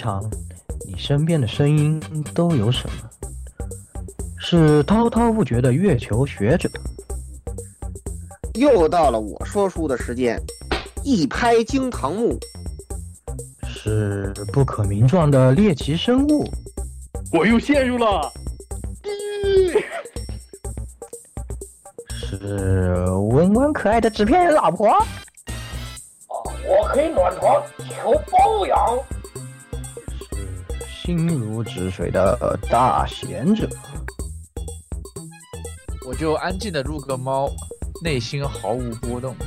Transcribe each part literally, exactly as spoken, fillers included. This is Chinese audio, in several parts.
场，你身边的声音都有什么？是滔滔不绝的月球学者， 又到了我说书的时间，一拍惊堂木， 是不可名状的猎奇生物， 我又陷入了， 是温温可爱的纸片人老婆， 我可以暖床求包养， 是心如止水的大贤者， 我就安静的入个猫，内心毫无波动。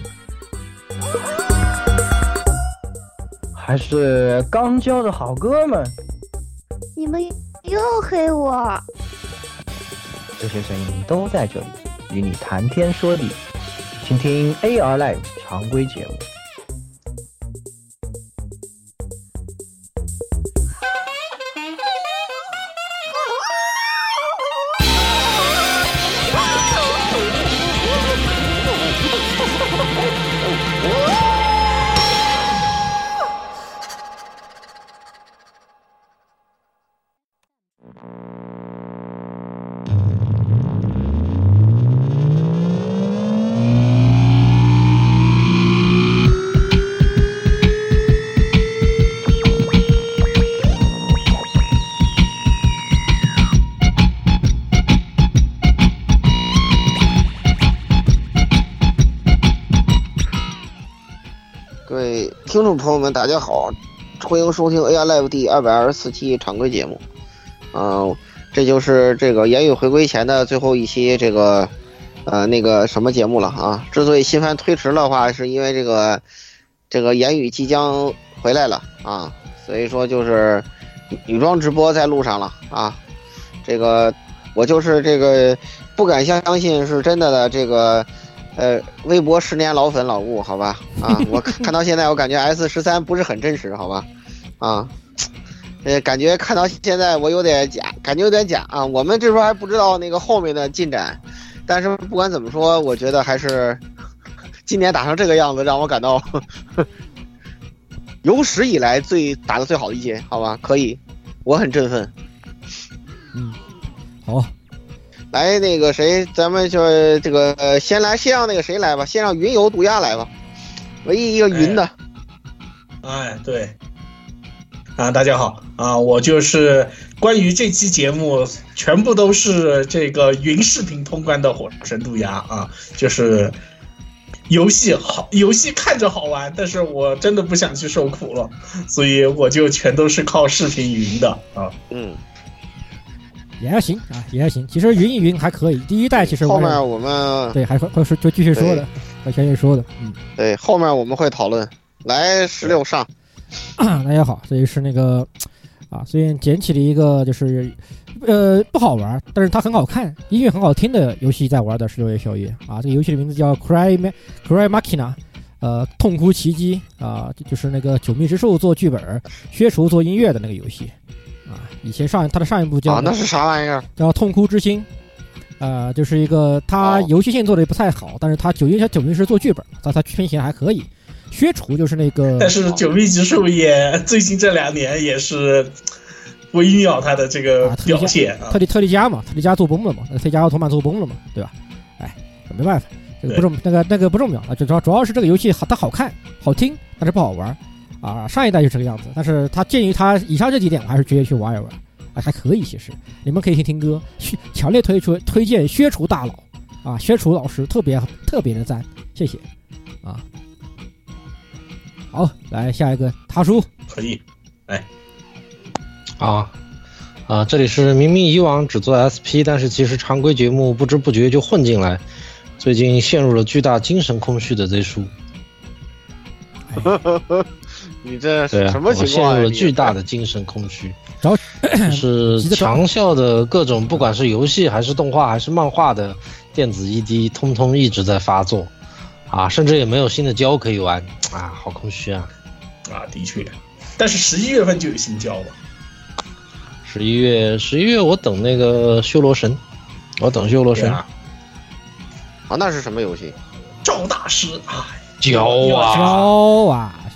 还是刚交的好哥们， 你们又黑我。 这些声音都在这里与你谈天说地，请听 A R Live 常规节目。 听众朋友们大家好，欢迎收听 A R Live 第二百二十四期常规节目。嗯、呃，这就是这个言语回归前的最后一期这个呃那个什么节目了啊。之所以新番推迟的话，是因为这个这个言语即将回来了啊，所以说就是女装直播在路上了啊。这个我就是这个不敢相信是真的的这个呃，微博十年老粉老顾，好吧，啊，我看到现在，我感觉 S 十三不是很真实，好吧，啊，呃，感觉看到现在我有点假，感觉有点假啊。我们这时候还不知道那个后面的进展，但是不管怎么说，我觉得还是今年打成这个样子，让我感到呵呵有史以来最打得最好的一届，好吧，可以，我很振奋。 嗯，好。 来，那个谁，咱们就这个呃，先来，先让那个谁来吧，先让云游毒鸦来吧，唯一一个云的。 哎，哎对，啊，大家好啊，我就是关于这期节目全部都是这个云视频通关的火神毒鸦啊，就是游戏好，游戏看着好玩，但是我真的不想去受苦了，所以我就全都是靠视频云的啊， 嗯。 也还行啊，也还行。其实云一云还可以，第一代其实后面我们对还会会是就继续说的，会继续说的。嗯， 对，后面我们会讨论。来，十六上， 大家好，这里是那个啊，最近捡起了一个就是呃不好玩，但是它很好看，音乐很好听的游戏在玩的十六夜宵夜啊。这个游戏的名字叫 Cry Cry Machina， 呃，痛哭奇迹啊，就是那个九秘之术做剧本，薛厨做音乐的那个游戏。啊，以前上他的上一部叫、 啊、那是啥玩意儿？ 叫《痛哭之心》，呃，就是一个他游戏性做的也不太好，但是他九阴九阴是做剧本，但他偏型还可以。薛厨就是那个， 但是九秘之术也最近这两年也是微妙他的这个表现啊， 特利特利加嘛，特利加做崩了嘛，那个特利加奥特曼做崩了嘛，对吧？哎，没办法，这个不重那个那个不重要啊，主要主要是这个游戏好，它好看好听，但是不好玩。啊，上一代就这个样子，但是他建议他以上这几点，我还是直接去玩一玩，啊，还可以。其实你们可以听听歌，强烈推出推荐薛厨大佬啊，薛厨老师特别特别的赞，谢谢啊。好，来下一个他叔， 可以，来啊啊，这里是明明以往只做 S P， 但是其实常规节目不知不觉就混进来，最近陷入了巨大精神空虚的 Z 叔。 你这什么情况、啊？ 我陷入了巨大的精神空虚，就是强效的各种，不管是游戏还是动画还是漫画的电子 E D， 通通一直在发作，啊，甚至也没有新的胶可以玩，啊，好空虚啊！ 啊，的确，但是十一月份就有新胶了。 十一月，十一月我等那个修罗神，我等修罗神。 啊，啊，那是什么游戏？ 赵大师啊， 胶啊， 胶啊！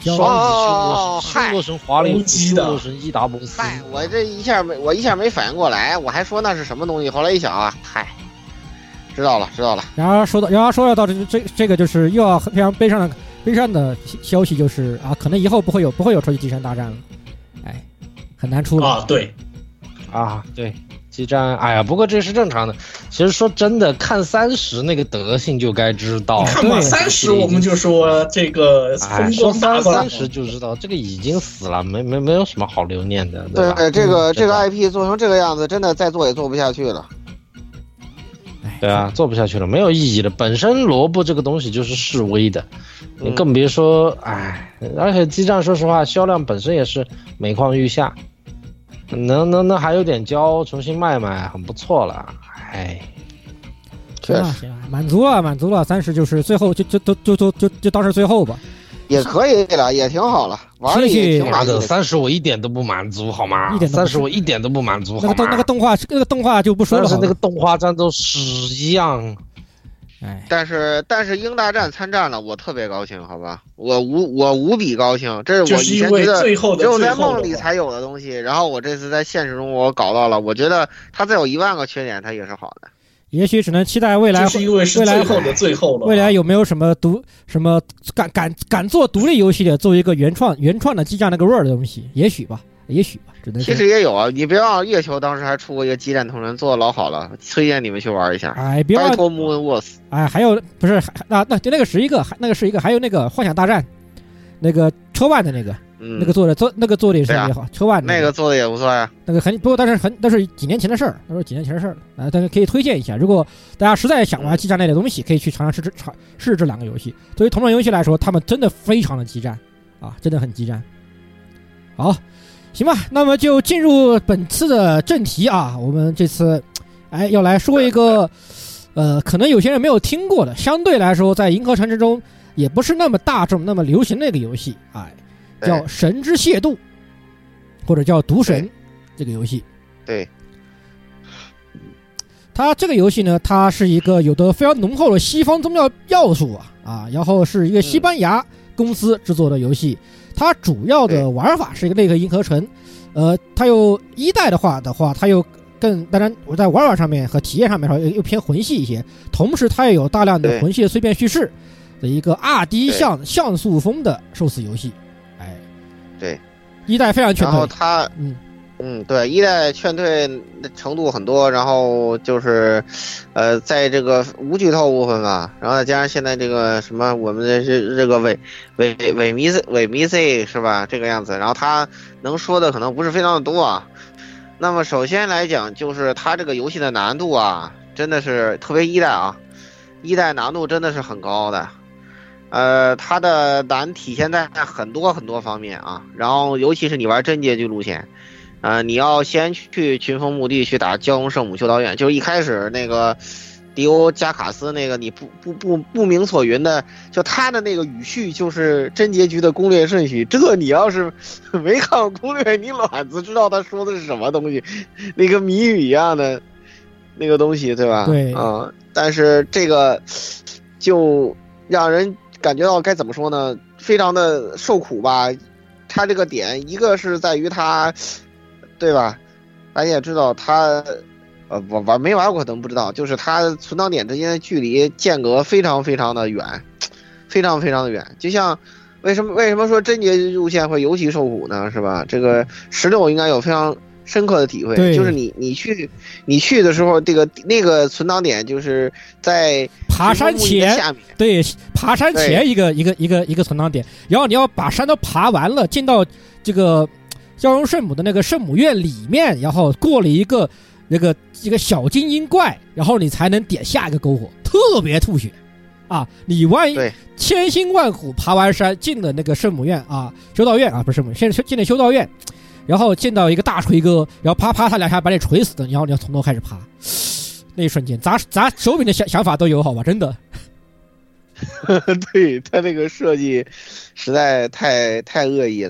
双子修罗神华丽修罗神伊达波斯。 嗨，我这一下没我一下没反应过来，我还说那是什么东西，后来一想啊，嗨，知道了知道了。 然而说到，然而说到这这这个就是又要非常悲伤的悲伤的消息，就是啊，可能以后不会有不会有超级机山大战了，哎，很难出了啊，对， 啊对。激战，哎呀，不过这是正常的。其实说真的，看三十那个德性就该知道。 看嘛，三十我们就说这个风光大过来， 三十就知道这个已经死了，没没没有什么好留念的，对吧？ 对，这个、嗯、这个 I P 做成这个样子，真的再做也做不下去了。 对啊，做不下去了，没有意义的。本身萝卜这个东西就是示威的，你更别说，哎，而且激战说实话销量本身也是每况愈下。能能能还有点胶重新卖卖很不错了，哎， 行了行了，满足了满足了，三十就是最后就就就就就就就当是最后吧， 也可以了，也挺好了，玩的也挺满足。 三十我一点都不满足，好吗？三十我一点都不满足，好吗？ 那个那个动画那个动画就不说了， 但是那个动画战斗屎一样。 哎， 但是但是英大战参战了，我特别高兴，好吧，我无我无比高兴，这是我以前觉得只有在梦里才有的东西，然后我这次在现实中我搞到了，我觉得它再有一万个缺点，它也是好的。 也许只能期待未来， 就是因为是最后的最后了。 未来有没有什么独什么敢敢敢做独立游戏的，做一个原创原创的激战那个味儿的东西？也许吧，也许吧。 其实也有啊，你别忘了月球当时还出过一个激战同人，做的老好了，推荐你们去玩一下。 哎，别忘了 Battle Moon Wars。 哎，还有不是那那那个是一个，那个是一个，还有那个幻想大战，那个车万的那个， 嗯、 那个做的做那个做的也是也好， 啊、 车万、那个、 那个做的也不错呀。 那个很不过，但是很那是几年前的事儿，那是几年前的事儿啊。但是可以推荐一下，如果大家实在想玩激战类的东西，可以去尝尝试尝试这两个游戏。对于同人游戏来说，他们真的非常的激战啊，真的很激战。好。行吧，那么就进入本次的正题啊。我们这次，哎，要来说一个，呃，可能有些人没有听过的，相对来说在银河城之中也不是那么大众、那么流行的一个游戏，哎，叫《神之亵渎》，或者叫《毒神》这个游戏。 对。 它这个游戏呢，它是一个有着非常浓厚的西方宗教要素啊啊，然后是一个西班牙公司制作的游戏。它主要的玩法是一个类似银河城，呃，它有一代的话的话，它又更当然我在玩法上面和体验上面又又偏魂系一些，同时它也有大量的魂系的碎片叙事的一个二 D 像像素风的寿司游戏，哎， 对， 一代非常劝退， 然后它嗯。嗯，对，一代劝退程度很多，然后就是，呃，在这个无剧透部分吧，然后再加上现在这个什么，我们的这这个伪伪伪迷 Z 伪迷 Z 是吧？这个样子，然后他能说的可能不是非常的多啊。那么首先来讲，就是他这个游戏的难度啊，真的是特别一代啊，一代难度真的是很高的。呃，它的难体现在很多很多方面啊，然后尤其是你玩真结局路线。呃，你要先去群峰墓地去打蛟龙圣母修道院，就是一开始那个迪欧加卡斯那个你不不不不明所云的，就他的那个语序就是真结局的攻略顺序，这你要是没看过攻略，你卵子知道他说的是什么东西，那个谜语一样的那个东西，对吧？ 对啊、呃，但是这个就让人感觉到该怎么说呢？非常的受苦吧。他这个点，一个是在于他。对吧？大家也知道他，呃，玩玩没玩过可能不知道，就是他存档点之间的距离间隔非常非常的远，非常非常的远。就像为什么为什么说真结路线会尤其受苦呢？是吧？这个十六应该有非常深刻的体会，就是你你去你去的时候，这个那个存档点就是在爬山前下面， 对，爬山前一个一个一个一个存档点，然后你要把山都爬完了，进到这个。蛟龙圣母的那个圣母院里面，然后过了一个那个一个小精英怪，然后你才能点下一个篝火，特别吐血啊！你万一千辛万苦爬完山，进了那个圣母院啊，修道院啊，不是圣母，现在进了修道院，然后见到一个大锤哥，然后啪啪他两下把你锤死的，然后你要从头开始爬，那一瞬间砸砸手柄的想想法都有，好吧，真的。 对他那个设计实在太太恶意了。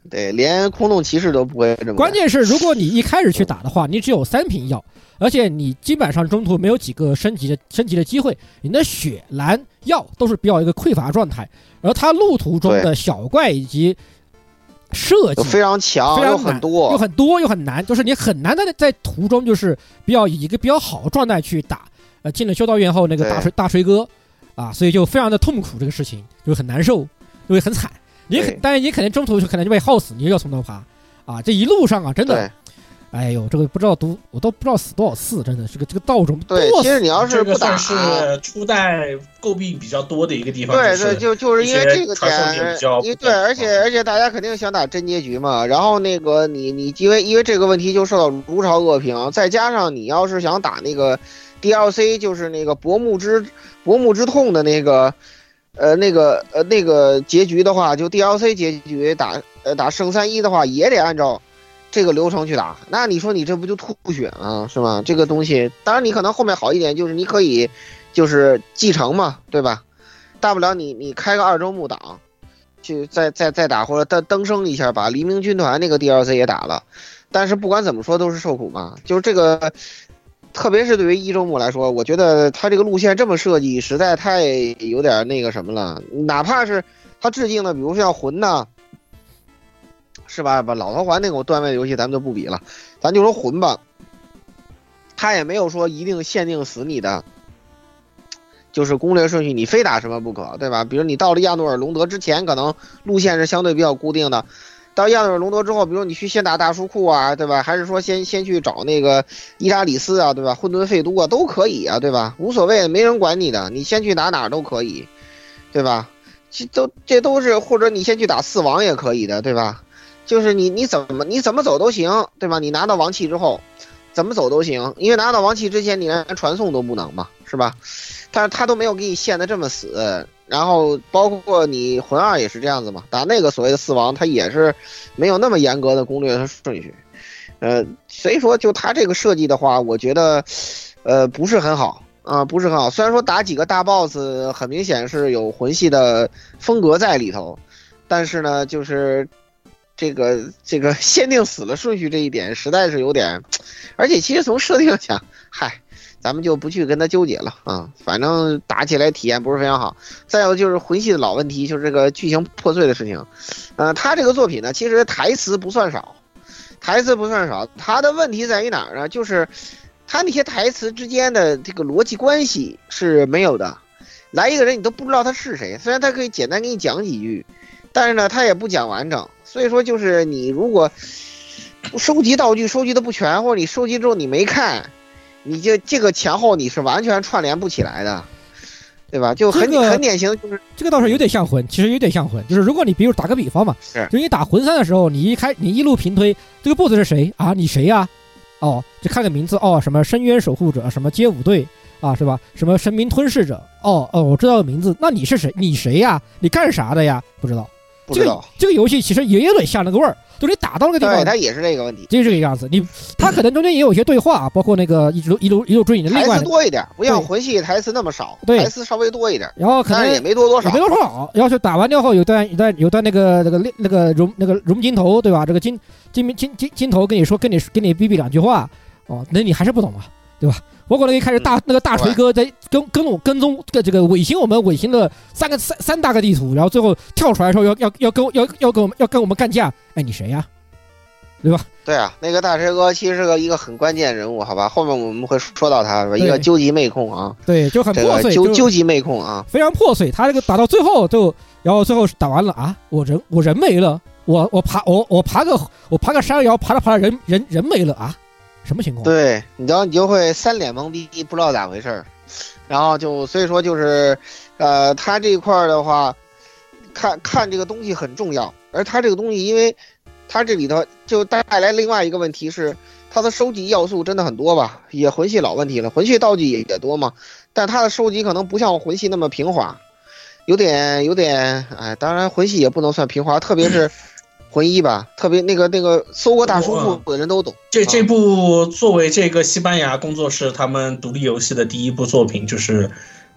对，连空洞骑士都不会这么干。 关键是，如果你一开始去打的话，你只有三瓶药，而且你基本上中途没有几个升级的升级的机会，你的血、蓝、药都是比较一个匮乏状态。而它路途中的小怪以及设计非常强，又很多， 又很多又很难，就是你很难的在途中就是比较以一个比较好的状态去打。呃，进了修道院后，那个大锤大锤哥啊，所以就非常的痛苦，这个事情就很难受，就会很惨。你可，但是你可能中途就可能就被耗死，你又要从头爬啊！这一路上啊，真的，哎呦，这个不知道读，我都不知道死多少次，真的是个这个道中。 对，其实你要是不打， 是初代诟病比较多的一个地方。 对对，就就是因为这个点，因为对，而且而且大家肯定想打真结局嘛，然后那个你你因为因为这个问题就受到如潮恶评，再加上你要是想打那个 D L C， 就是那个薄暮之薄暮之痛的那个。呃，那个呃，那个结局的话，就 D L C 结局打呃打圣三一的话，也得按照这个流程去打。那你说你这不就吐血啊，是吗？这个东西，当然你可能后面好一点，就是你可以就是继承嘛，对吧？大不了你你开个二周目档，去再再再打或者登登升一下，把黎明军团那个 D L C 也打了。但是不管怎么说，都是受苦嘛，就是这个。特别是对于一周目来说，我觉得他这个路线这么设计，实在太有点那个什么了。哪怕是他致敬的，比如像魂呐，是吧？把老头环那种段位的游戏咱们就不比了，咱就说魂吧，他也没有说一定限定死你的，就是攻略顺序，你非打什么不可，对吧？比如你到了亚诺尔隆德之前，可能路线是相对比较固定的。到亚诺尔隆德之后，比如你去先打大书库啊，对吧？还是说先先去找那个伊扎里斯啊，对吧？混沌废都啊，都可以啊，对吧？无所谓，没人管你的，你先去打哪都可以，对吧？这都这都是，或者你先去打四王也可以的，对吧？就是你你怎么你怎么走都行，对吧？你拿到王器之后，怎么走都行，因为拿到王器之前你连传送都不能嘛，是吧？但是他都没有给你限得这么死。然后包括你魂二也是这样子嘛，打那个所谓的四王，它也是没有那么严格的攻略和顺序，呃，所以说就它这个设计的话，我觉得，呃，不是很好啊、呃，不是很好。虽然说打几个大 boss 很明显是有魂系的风格在里头，但是呢，就是这个这个限定死了顺序这一点实在是有点，而且其实从设定上讲，嗨。咱们就不去跟他纠结了啊，反正打起来体验不是非常好。再有就是魂系的老问题，就是这个剧情破碎的事情。呃，他这个作品呢，其实台词不算少，台词不算少。他的问题在于哪儿呢？就是他那些台词之间的这个逻辑关系是没有的。来一个人你都不知道他是谁，虽然他可以简单给你讲几句，但是呢，他也不讲完整。所以说，就是你如果收集道具收集的不全，或者你收集之后你没看。你这这个前后你是完全串联不起来的，对吧？就很、这个、很典型，就是这个倒是有点像魂，其实有点像魂。就是如果你比如打个比方嘛， 是就你打魂三的时候，你一开你一路平推，这个 boss 是谁啊？你谁呀、啊？哦，就看个名字哦，什么深渊守护者，什么街舞队啊，是吧？什么神明吞噬者，哦哦，我知道名字。那你是谁？你谁呀？你干啥的呀？不知道。 不知道。 这个这个游戏其实也有点像那个味儿。就你打到那个地方， 对，它也是这个问题， 就是这个样子。你它可能中间也有一些对话，包括那个一路一路一路追你的另外台词多一点，不像魂系台词那么少， 对， 台词稍微多一点。 然后可能也没多多少， 也没多少。然后就打完之后有段有段有段那个那个那个荣那个荣金头，对吧？这个金金金金金头跟你说跟你跟你逼逼两句话，哦，那你还是不懂啊，对吧？包括那个一开始大、嗯、那个大锤哥在跟跟我跟踪这个尾行我们尾行了三个三三大个地图，然后最后跳出来的时候要要要跟要要跟我们要跟我们干架，哎，你谁呀？对吧？ 对啊，那个大锤哥其实是个一个很关键人物，好吧？后面我们会说到他，是吧？一个究极妹控啊， 对，就很破碎， 究究极妹控啊， 非常破碎。他这个打到最后就，然后最后打完了啊，我人我人没了，我我爬我我爬个我爬个山摇，爬着爬着人人人没了啊，什么情况？ 对，你知道你就会三脸懵逼，不知道咋回事儿，然后就所以说就是，呃，他这一块的话，看看这个东西很重要，而他这个东西因为。它这里头就带来另外一个问题是，它的收集要素真的很多吧，也魂系老问题了，魂系道具也也多嘛，但它的收集可能不像魂系那么平滑，有点有点，哎，当然魂系也不能算平滑，特别是魂一吧，特别那个那个搜过大叔库的人都懂。 这这部作为这个西班牙工作室他们独立游戏的第一部作品，就是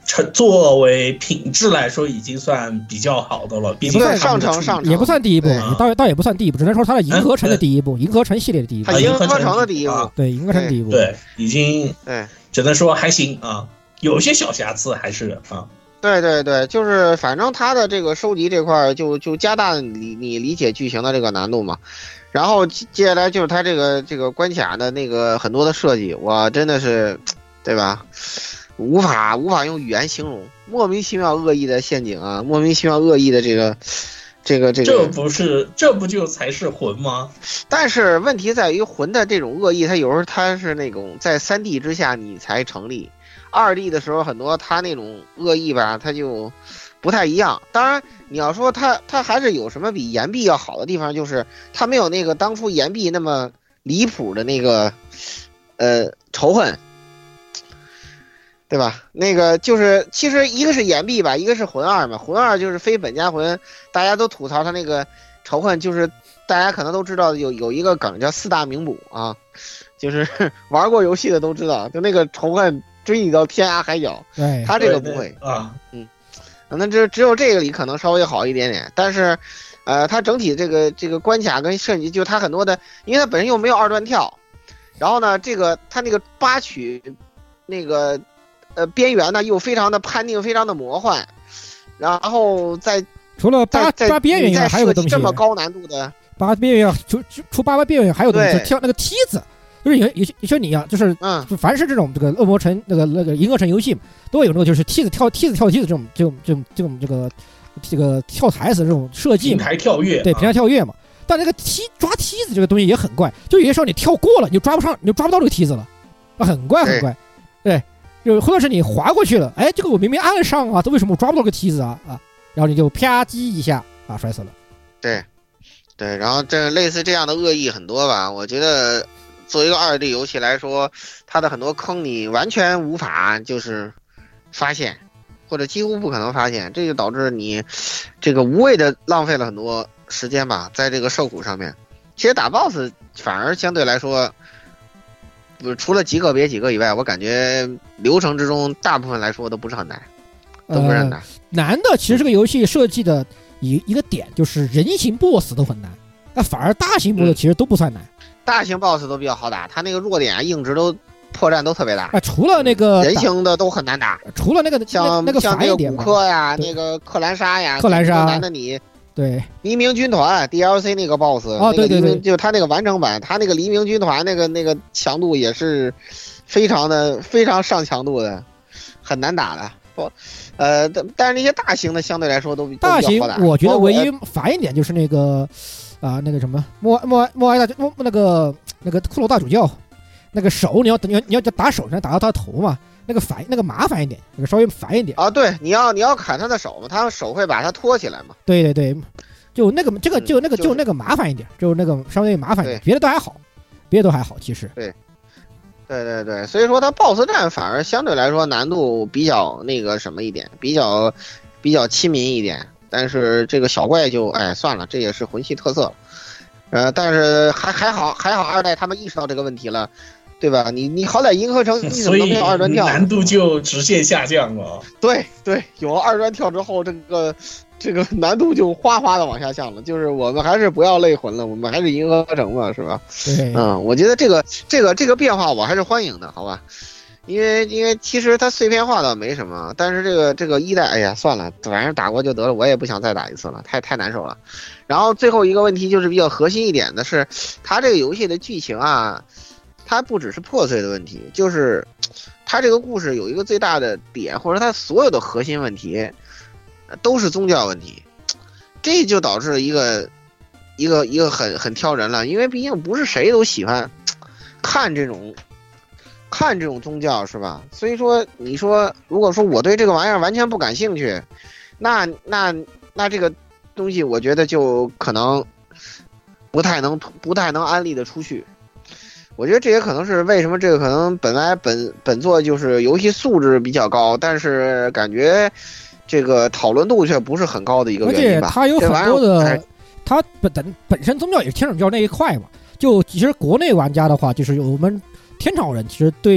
作为品质来说已经算比较好的了，毕竟上乘上乘也不算第一部，倒倒也不算第一部，只能说它的银河城的第一部，银河城系列的第一部， 它银河城的第一部， 对，银河城第一部， 对，已经对， 只能说还行啊，有些小瑕疵还是啊。 对对对，就是反正它的这个收集这块就就加大你你理解剧情的这个难度嘛，然后接下来就是它这个这个关卡的那个很多的设计，我真的是，对吧？无法无法用语言形容，莫名其妙恶意的陷阱啊，莫名其妙恶意的这个这个这个， 这不是这不就才是魂吗？ 但是问题在于魂的这种恶意，它有时候它是那种在三 D 之下你才成立，二 D 的时候很多它那种恶意吧，它就不太一样。当然你要说它它还是有什么比岩壁要好的地方，就是它没有那个当初岩壁那么离谱的那个呃仇恨。对吧？那个就是其实一个是岩壁吧，一个是魂二嘛。魂二就是非本家魂，大家都吐槽他那个仇恨，就是大家可能都知道有有一个梗叫四大名捕啊，就是玩过游戏的都知道，就那个仇恨追你到天涯海角。 对， 他这个不会啊， 嗯，那这只有这个里可能稍微好一点点，但是呃，它整体这个这个关卡跟设计，就它很多的，因为它本身又没有二段跳，然后呢，这个它那个八曲那个。呃，边缘呢又非常的判定，非常的魔幻，然后在除了八八边缘以外，还有个东西这么高难度的八边缘，除除八八边缘还有东西，跳那个梯子，就是有有有像你啊，就是嗯， 就凡是这种这个恶魔城那个那个银河城游戏都有那个就是梯子跳梯子跳梯子这种这种这种这种这个这个跳台子这种设计嘛， 平台跳跃， 对，平台跳跃嘛。但那个梯抓梯子这个东西也很怪，就有些时候你跳过了，你就抓不上，你就抓不到这个梯子了，啊，很怪很怪，对。就或者是你滑过去了，哎，这个我明明按了上啊，这为什么我抓不到个梯子啊啊？然后你就啪叽一下啊摔死了。 对，对，然后这类似这样的恶意很多吧。我觉得作为一个二 D 游戏来说，它的很多坑你完全无法就是发现，或者几乎不可能发现，这就导致你这个无谓的浪费了很多时间吧，在这个受苦上面。其实打 BOSS 反而相对来说。不是除了极个别几个以外，我感觉流程之中大部分来说都不是很难，都不是很难。呃、 难的其实这个游戏设计的一一个点就是人形 BOSS 都很难，那反而大型 BOSS 其实都不算难。嗯、 大型 BOSS 都比较好打，它那个弱点啊、硬直都破绽都特别大。 啊，除了那个人形的都很难打， 除了那个像那个像那个骨科呀、那个克兰莎呀、 克兰莎难的你。 对， 黎明军团 D L C 那个 boss 啊，对对对， 就他那个完整版，他那个黎明军团那个那个强度也是非常的非常上强度的，很难打的。不，呃，但但是那些大型的相对来说都大型， 都我觉得唯一烦一点就是那个啊、呃、那个什么莫莫莫埃大莫那个那个骷髅大主教，那个手你要你要你要打手才打到他的头嘛。那个烦，那个麻烦一点，那个稍微烦一点啊。对，你要你要砍他的手嘛，他手会把他拖起来嘛。 对对对，就那个这个就那个、嗯、就那个麻烦一点，就那个稍微麻烦一点，别的都还好，别的都还好，其实。 对，对对对，所以说他 BOSS 战反而相对来说难度比较那个什么一点，比较比较亲民一点。但是这个小怪就哎算了，这也是魂系特色了。呃，但是还还好还好二代他们意识到这个问题了。对吧？你你好歹银河城，你怎么能没有二段跳？ 难度就直线下降了。 对对，有了二段跳之后，这个这个难度就哗哗的往下降了。就是我们还是不要类魂了，我们还是银河城嘛，是吧？ 对， 嗯，我觉得这个这个这个变化我还是欢迎的，好吧？因为因为其实它碎片化倒没什么，但是这个这个一代，哎呀，算了，反正打过就得了，我也不想再打一次了，太太难受了。然后最后一个问题就是比较核心一点的是，它这个游戏的剧情啊。它不只是破碎的问题，就是它这个故事有一个最大的点，或者它所有的核心问题都是宗教问题，这就导致一个一个一个很很挑人了，因为毕竟不是谁都喜欢看这种看这种宗教，是吧？所以说你说如果说我对这个玩意儿完全不感兴趣，那那那这个东西我觉得就可能不太能不太能安利的出去。我觉得这也可能是为什么这个可能本来本本作就是游戏素质比较高，但是感觉这个讨论度却不是很高的一个原因吧。 而且它有很多的，它本本身宗教也是天主教那一块嘛。就其实国内玩家的话，就是我们天朝人其实对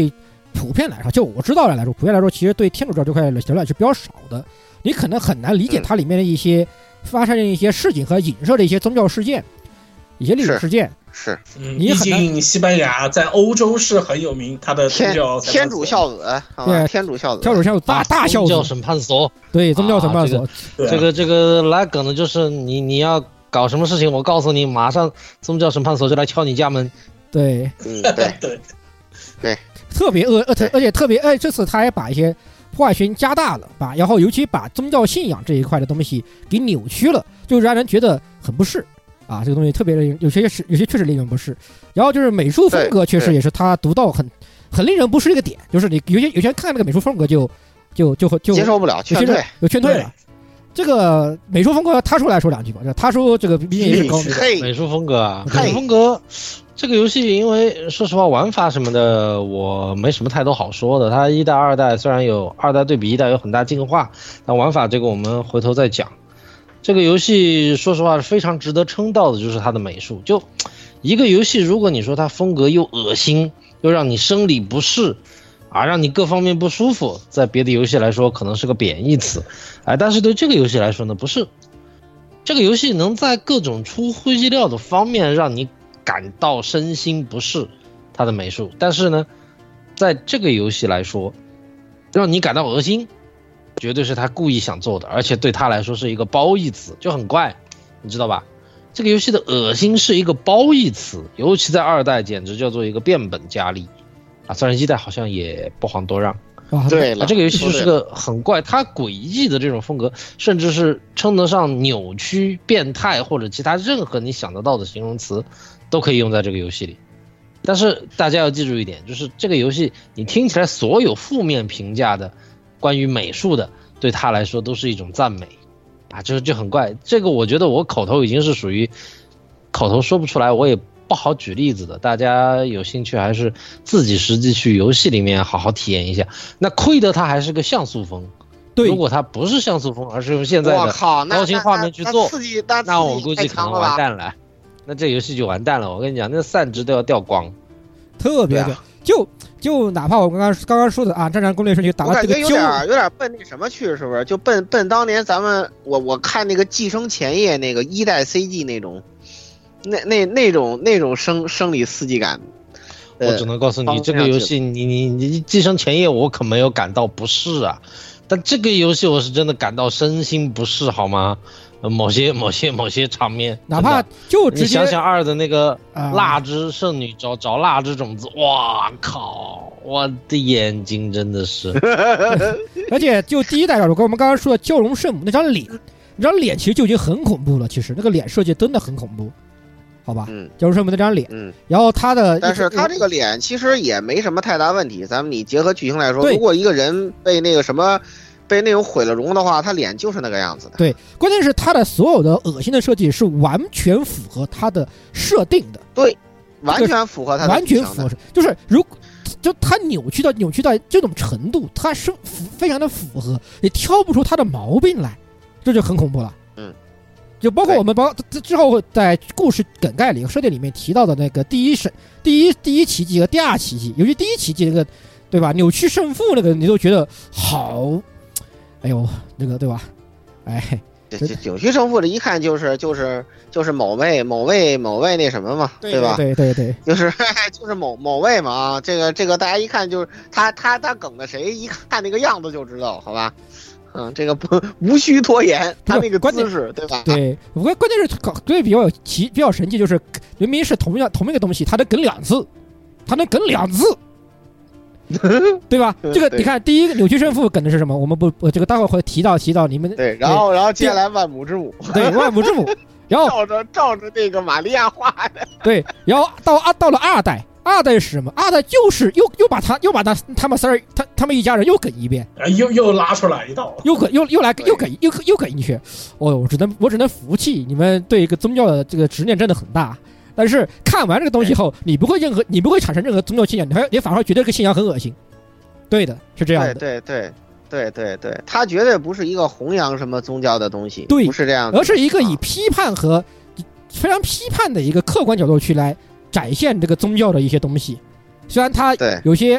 普遍来说，就我知道的来说，普遍来说，其实对天主教这块了解是比较少的，你可能很难理解它里面的一些发生的一些事情和影射的一些宗教事件、一些历史事件。 是， 嗯，毕竟西班牙在欧洲是很有名，它的宗教天主孝子， 对， 天主孝子， 天主孝子大大孝子， 宗教审判所， 对，宗教审判所， 这个这个来梗的就是你你要搞什么事情，我告诉你，马上宗教审判所就来敲你家门。 对， 嗯，对对对， 特别恶，而且而且特别，哎，这次他还把一些破坏性加大了，把然后尤其把宗教信仰这一块的东西给扭曲了，就让人觉得很不适。啊，这个东西特别的有些是有些确实令人不适，然后就是美术风格确实也是他独到很很令人不适的一个点，就是你有些有些人看那个美术风格就就就就接受不了，劝退， 有劝退了。这个美术风格，他说来说两句吧。他说这个毕竟也是高美术风格啊，美术风格。这个游戏因为说实话玩法什么的我没什么太多好说的，它一代二代虽然有二代对比一代有很大进化，但玩法这个我们回头再讲。这个游戏说实话是非常值得称道的，就是它的美术。就一个游戏，如果你说它风格又恶心，又让你生理不适，啊，让你各方面不舒服，在别的游戏来说可能是个贬义词，哎，但是对这个游戏来说呢，不是。这个游戏能在各种出乎意料的方面让你感到身心不适，它的美术，但是呢，在这个游戏来说，让你感到恶心。绝对是他故意想做的，而且对他来说是一个褒义词，就很怪，你知道吧？这个游戏的恶心是一个褒义词，尤其在二代简直叫做一个变本加厉啊！虽然一代好像也不遑多让。 对了， 啊，这个游戏就是个很怪，它诡异的这种风格，甚至是称得上扭曲、变态或者其他任何你想得到的形容词，都可以用在这个游戏里。但是大家要记住一点，就是这个游戏你听起来所有负面评价的。关于美术的，对他来说都是一种赞美，啊，就就很怪。这个我觉得我口头已经是属于口头说不出来，我也不好举例子的。大家有兴趣还是自己实际去游戏里面好好体验一下。那亏得它还是个像素风， 对， 如果它不是像素风，而是用现在的高清画面去做，那, 那, 那, 那我估计可能完蛋了。那这游戏就完蛋了，我跟你讲，那散值都要掉光， 特别的、啊、就。就哪怕我刚刚刚刚说的啊，战场攻略顺序打到这个有点有点奔那什么去，是不是？就奔奔当年咱们我我看那个寄生前夜那个一代 C G 那种，那那那种那种生生理刺激感。 我只能告诉你，这个游戏你你你寄生前夜我可没有感到不适啊，但这个游戏我是真的感到身心不适，好吗？某些某些某些场面， 哪怕就直接你想想二的那个蜡之圣女找找蜡之种子，哇靠！我的眼睛真的是， 而且就第一代来说，跟我们刚刚说的蛟龙圣母那张脸，那张脸其实就已经很恐怖了。其实那个脸设计真的很恐怖，好吧？嗯，蛟龙圣母那张脸，嗯，然后他的， 但是他这个脸其实也没什么太大问题。咱们你结合剧情来说，如果一个人被那个什么。被那种毁了容的话，他脸就是那个样子的。 对，关键是他的所有的恶心的设计是完全符合他的设定的。 对，完全符合他的， 完全符合，就是如就他扭曲到扭曲到这种程度，他是非常的符合，也挑不出他的毛病来，这就很恐怖了。 嗯， 就包括我们包之后在故事梗概里、设定里面提到的那个第一神、第一第一奇迹和第二奇迹，尤其第一奇迹那个，对吧？扭曲胜负那个，你都觉得好。哎呦，那个对吧？哎， 这这扭曲胜负的，一看就是就是就是某位某位某位那什么嘛， 对, 对吧？ 对对对， 就是就是某某位嘛啊，这个这个大家一看就是他他他梗的谁，一看那个样子就知道，好吧？嗯，这个不无需拖延，他那个姿势，对吧？ 对，我关键是搞对比较有奇比较神奇，就是明明是同样同一个东西，他能梗两次，他能梗两次。对吧？这个你看，第一个扭曲胜负梗的是什么？我们不，这个待会儿会提到提到你们。 对，然后然后接下来万母之母， 对，万母之母，然后照着照着那个玛利亚画的。 对，然后到啊到了二代，二代是什么？二代就是又又把他又把他他们仨他他们一家人又梗一遍， 啊，又又拉出来一道， 又梗又又来又梗又又梗进去。哦，我只能我只能服气，你们对一个宗教的这个执念真的很大。但是看完这个东西后，你不会任何，你不会产生任何宗教信仰，你还你反而觉得这个信仰很恶心。对的，是这样的。 对对对对对对，它绝对不是一个弘扬什么宗教的东西， 对， 不是这样的， 而是一个以批判和非常批判的一个客观角度去来展现这个宗教的一些东西。虽然它有些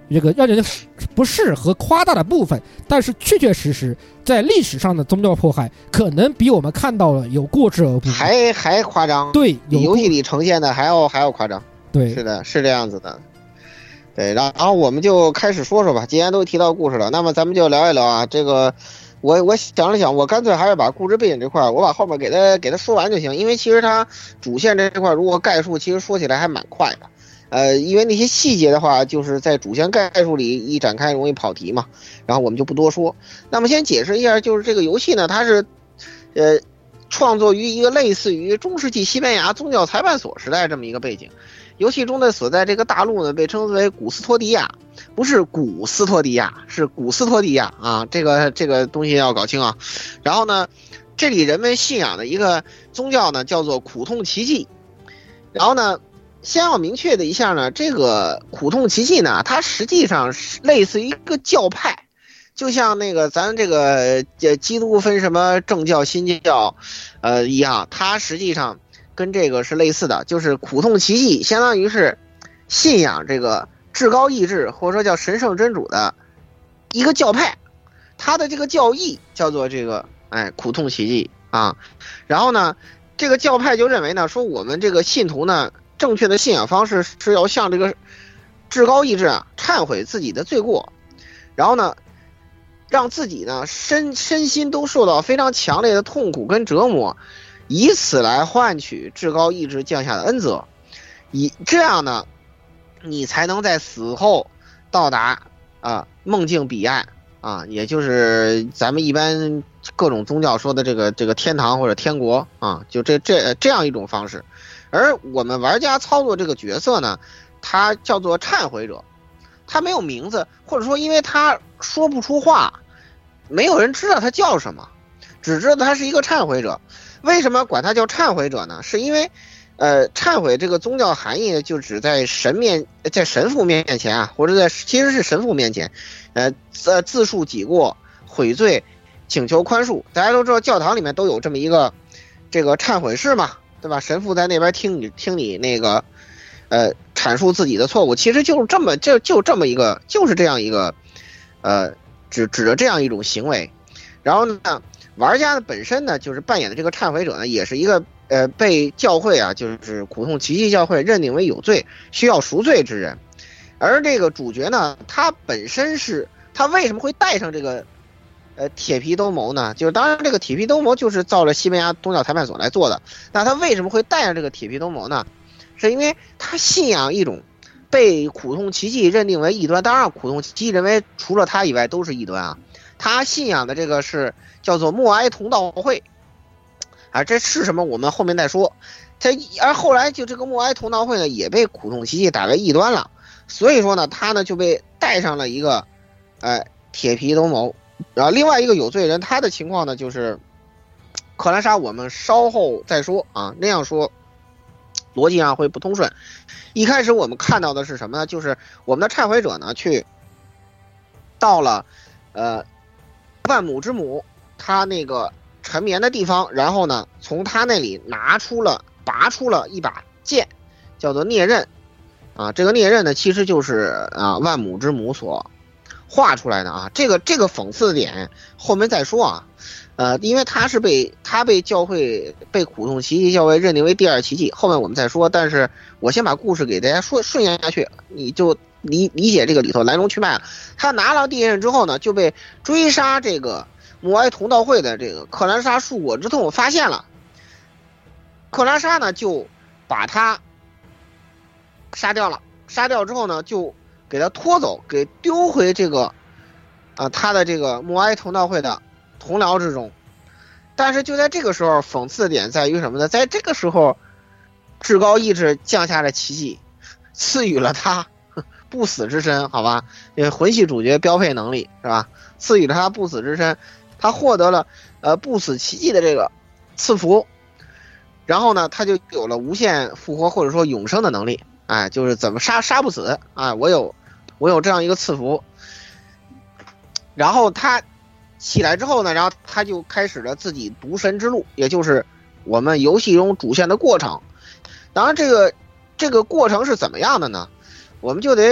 这个让人不适和夸大的部分，但是确确实实在历史上的宗教迫害可能比我们看到了有过之而不及， 还还夸张。 对， 比游戏里呈现的还要还要夸张。 对， 是的，是这样子的。对，然后我们就开始说说吧。既然都提到故事了，那么咱们就聊一聊啊。这个，我我想了想，我干脆还是把故事背景这块，我把后面给他给他说完就行。因为其实它主线这块如果概述，其实说起来还蛮快的。呃，因为那些细节的话，就是在主线概述里一展开容易跑题嘛。然后我们就不多说。那么先解释一下，就是这个游戏呢，它是，呃，创作于一个类似于中世纪西班牙宗教裁判所时代这么一个背景。游戏中的所在这个大陆呢，被称之为古斯托迪亚，不是古斯托迪亚，是古斯托迪亚啊，这个这个东西要搞清啊。然后呢，这里人们信仰的一个宗教呢，叫做苦痛奇迹。然后呢，先要明确的一下呢，这个苦痛奇迹呢，它实际上是类似于一个教派，就像那个咱这个基督分什么正教、新教，呃一样，它实际上跟这个是类似的，就是苦痛奇迹相当于是信仰这个至高意志或者说叫神圣真主的一个教派，它的这个教义叫做这个哎苦痛奇迹啊。然后呢，这个教派就认为呢，说我们这个信徒呢，正确的信仰方式是要向这个至高意志啊忏悔自己的罪过，然后呢，让自己呢身身心都受到非常强烈的痛苦跟折磨，以此来换取至高意志降下的恩泽，以这样呢，你才能在死后到达啊梦境彼岸啊，也就是咱们一般各种宗教说的这个这个天堂或者天国啊，就这这这样一种方式。而我们玩家操作这个角色呢，他叫做忏悔者，他没有名字，或者说因为他说不出话，没有人知道他叫什么，只知道他是一个忏悔者。为什么管他叫忏悔者呢？是因为，呃，忏悔这个宗教含义就指在神面，在神父面前啊，或者在其实是神父面前，呃，自自述己过、悔罪、请求宽恕。大家都知道，教堂里面都有这么一个这个忏悔室嘛，对吧？神父在那边听你听你那个，呃，阐述自己的错误，其实就是这么就就这么一个，就是这样一个，呃，指指着这样一种行为。然后呢，玩家的本身呢，就是扮演的这个忏悔者呢，也是一个呃被教会啊，就是苦痛奇迹教会认定为有罪、需要赎罪之人。而这个主角呢，他本身是他为什么会戴上这个呃铁皮兜鍪呢？就是当然这个铁皮兜鍪就是照着西班牙宗教裁判所来做的。那他为什么会戴上这个铁皮兜鍪呢？是因为他信仰一种被苦痛奇迹认定为异端，当然苦痛奇迹认为除了他以外都是异端啊。他信仰的这个是叫做默哀同道会啊，这是什么我们后面再说。他而后来就这个默哀同道会呢也被苦痛奇迹打为异端了，所以说呢他呢就被戴上了一个呃铁皮兜鍪。然后另外一个有罪人，他的情况呢就是克兰莎，我们稍后再说啊，那样说逻辑上会不通顺。一开始我们看到的是什么呢？就是我们的忏悔者呢去到了呃万亩之母他那个沉眠的地方，然后呢从他那里拿出了拔出了一把剑，叫做孽刃啊。这个孽刃呢其实就是啊万亩之母所画出来的啊。这个这个讽刺点后面再说啊。呃，因为他是被他被教会被苦痛奇迹教会认定为第二奇迹，后面我们再说。但是我先把故事给大家说顺下去，你就理理解这个里头来龙去脉了。他拿到地刃之后呢，就被追杀这个默哀同道会的这个克兰莎树果之痛发现了。克兰莎呢就把他杀掉了，杀掉之后呢就给他拖走，给丢回这个啊、呃、他的这个默哀同道会的同僚之中。但是就在这个时候，讽刺的点在于什么呢？在这个时候，至高意志降下了奇迹，赐予了他不死之身，好吧？因为魂系主角标配能力是吧？赐予了他不死之身，他获得了呃不死奇迹的这个赐福，然后呢，他就有了无限复活或者说永生的能力。哎，就是怎么杀杀不死啊！我有我有这样一个赐福。然后他起来之后呢，然后他就开始了自己独神之路，也就是我们游戏中主线的过程。当然，这个这个过程是怎么样的呢？我们就得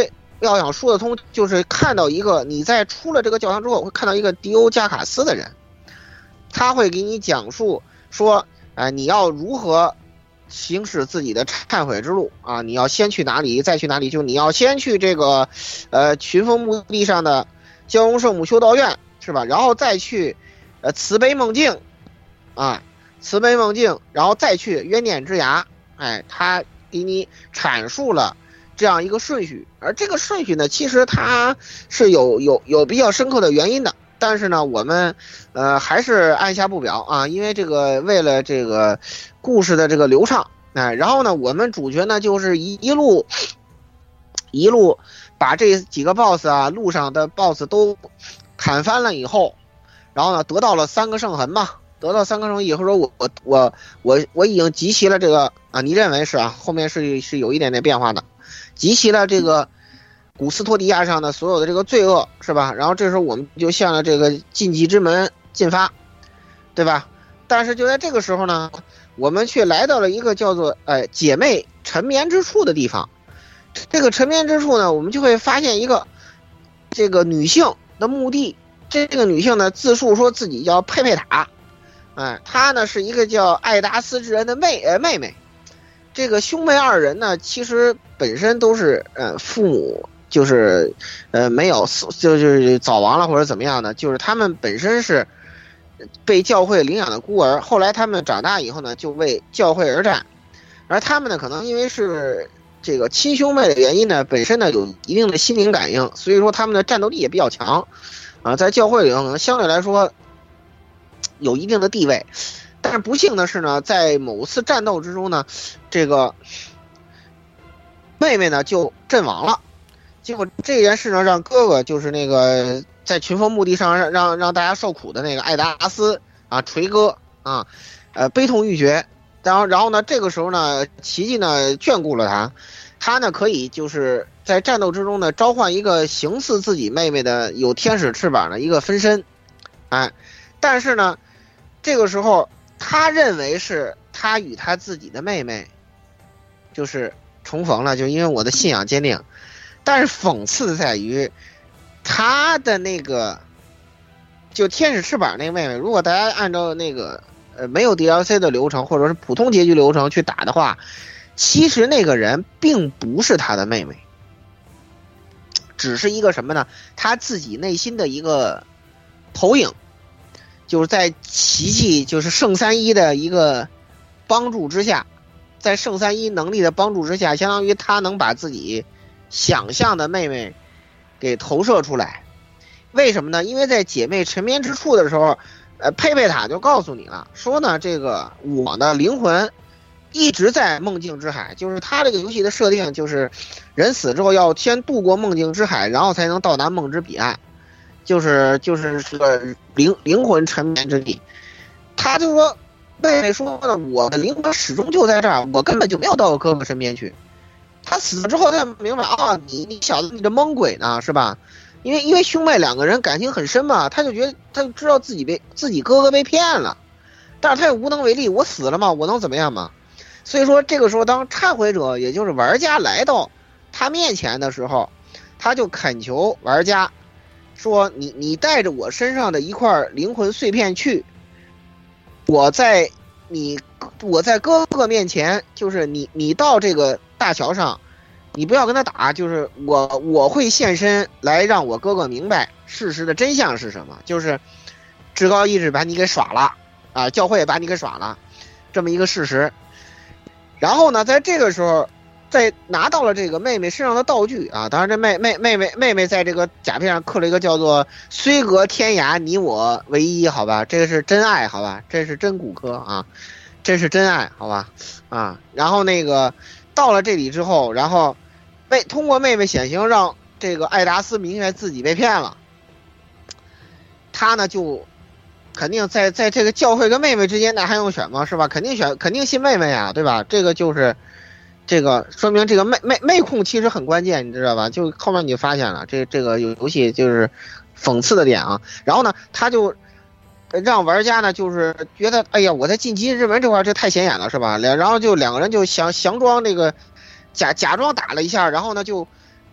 要想说得通，就是看到一个你在出了这个教堂之后，会看到一个迪欧加卡斯的人，他会给你讲述说，哎、呃，你要如何行使自己的忏悔之路啊？你要先去哪里，再去哪里？就你要先去这个，呃，群峰墓地上的交融圣母修道院，是吧？然后再去，呃，慈悲梦境，啊，慈悲梦境，然后再去冤念之崖，哎，他给你阐述了这样一个顺序，而这个顺序呢，其实它是有有有比较深刻的原因的。但是呢，我们呃还是按下不表啊，因为这个为了这个故事的这个流畅，哎，然后呢，我们主角呢就是一一路一路把这几个 boss 啊，路上的 boss 都砍翻了以后，然后呢得到了三个圣痕嘛，得到三个圣痕以后说我我我我我已经集齐了这个啊，你认为是啊，后面是是有一点点变化的，集齐了这个古斯托迪亚上的所有的这个罪恶，是吧？然后这时候我们就向了这个禁忌之门进发，对吧？但是就在这个时候呢，我们却来到了一个叫做呃姐妹沉眠之处的地方。这个沉眠之处呢，我们就会发现一个这个女性的墓地。这个女性呢自述说自己叫佩佩塔，哎，她呢是一个叫艾达斯之人的妹呃妹妹。这个兄妹二人呢，其实本身都是呃父母。就是呃没有就就是早亡了或者怎么样的，就是他们本身是被教会领养的孤儿，后来他们长大以后呢就为教会而战，而他们呢可能因为是这个亲兄妹的原因呢，本身呢有一定的心灵感应，所以说他们的战斗力也比较强啊，在教会里头可能相对来说有一定的地位。但是不幸的是呢，在某次战斗之中呢，这个妹妹呢就阵亡了。结果这件事呢，让哥哥就是那个在群峰墓地上让让让大家受苦的那个艾达斯啊，锤哥啊，呃，悲痛欲绝。然后然后呢，这个时候呢，奇迹呢眷顾了他，他呢可以就是在战斗之中呢召唤一个形似自己妹妹的有天使翅膀的一个分身，哎，但是呢，这个时候他认为是他与他自己的妹妹就是重逢了，就因为我的信仰坚定。但是讽刺的在于，他的那个就天使翅膀那个妹妹，如果大家按照那个呃没有 D L C 的流程或者是普通结局流程去打的话，其实那个人并不是他的妹妹，只是一个什么呢？他自己内心的一个投影，就是在奇迹就是圣三一的一个帮助之下，在圣三一能力的帮助之下，相当于他能把自己想象的妹妹给投射出来。为什么呢？因为在姐妹沉眠之处的时候，呃，佩佩塔就告诉你了，说呢，这个我的灵魂一直在梦境之海，就是他这个游戏的设定就是人死之后要先渡过梦境之海，然后才能到达梦之彼岸，就是就是这个灵灵魂沉眠之地。他就说妹妹说呢，我的灵魂始终就在这儿，我根本就没有到我哥哥身边去。他死了之后，他明白啊，你你小子你这蒙鬼呢，是吧？因为因为兄妹两个人感情很深嘛，他就觉得他就知道自己被自己哥哥被骗了，但是他也无能为力，我死了嘛，我能怎么样嘛？所以说这个时候，当忏悔者也就是玩家来到他面前的时候，他就恳求玩家说：“你你带着我身上的一块灵魂碎片去，我在你我在哥哥面前，就是你你到这个大桥上。”你不要跟他打，就是我我会现身来让我哥哥明白事实的真相是什么，就是至高意志把你给耍了啊，教会把你给耍了，这么一个事实。然后呢，在这个时候，在拿到了这个妹妹身上的道具啊，当然这妹妹妹妹妹妹在这个甲片上刻了一个叫做“虽隔天涯，你我唯一”，好吧，这个是真爱，好吧，这是真骨科啊，这是真爱，好吧啊。然后那个到了这里之后，然后。被通过妹妹显形让这个艾达斯明白自己被骗了，他呢就肯定在在这个教会跟妹妹之间那还用选吗？是吧？肯定选肯定信妹妹呀，对吧？这个就是这个说明这个妹妹妹控其实很关键，你知道吧？就后面你就发现了这这个游戏就是讽刺的点啊。然后呢，他就让玩家呢就是觉得哎呀，我在进击之门这块这太显眼了，是吧？然后就两个人就想佯装那个。假假装打了一下，然后呢就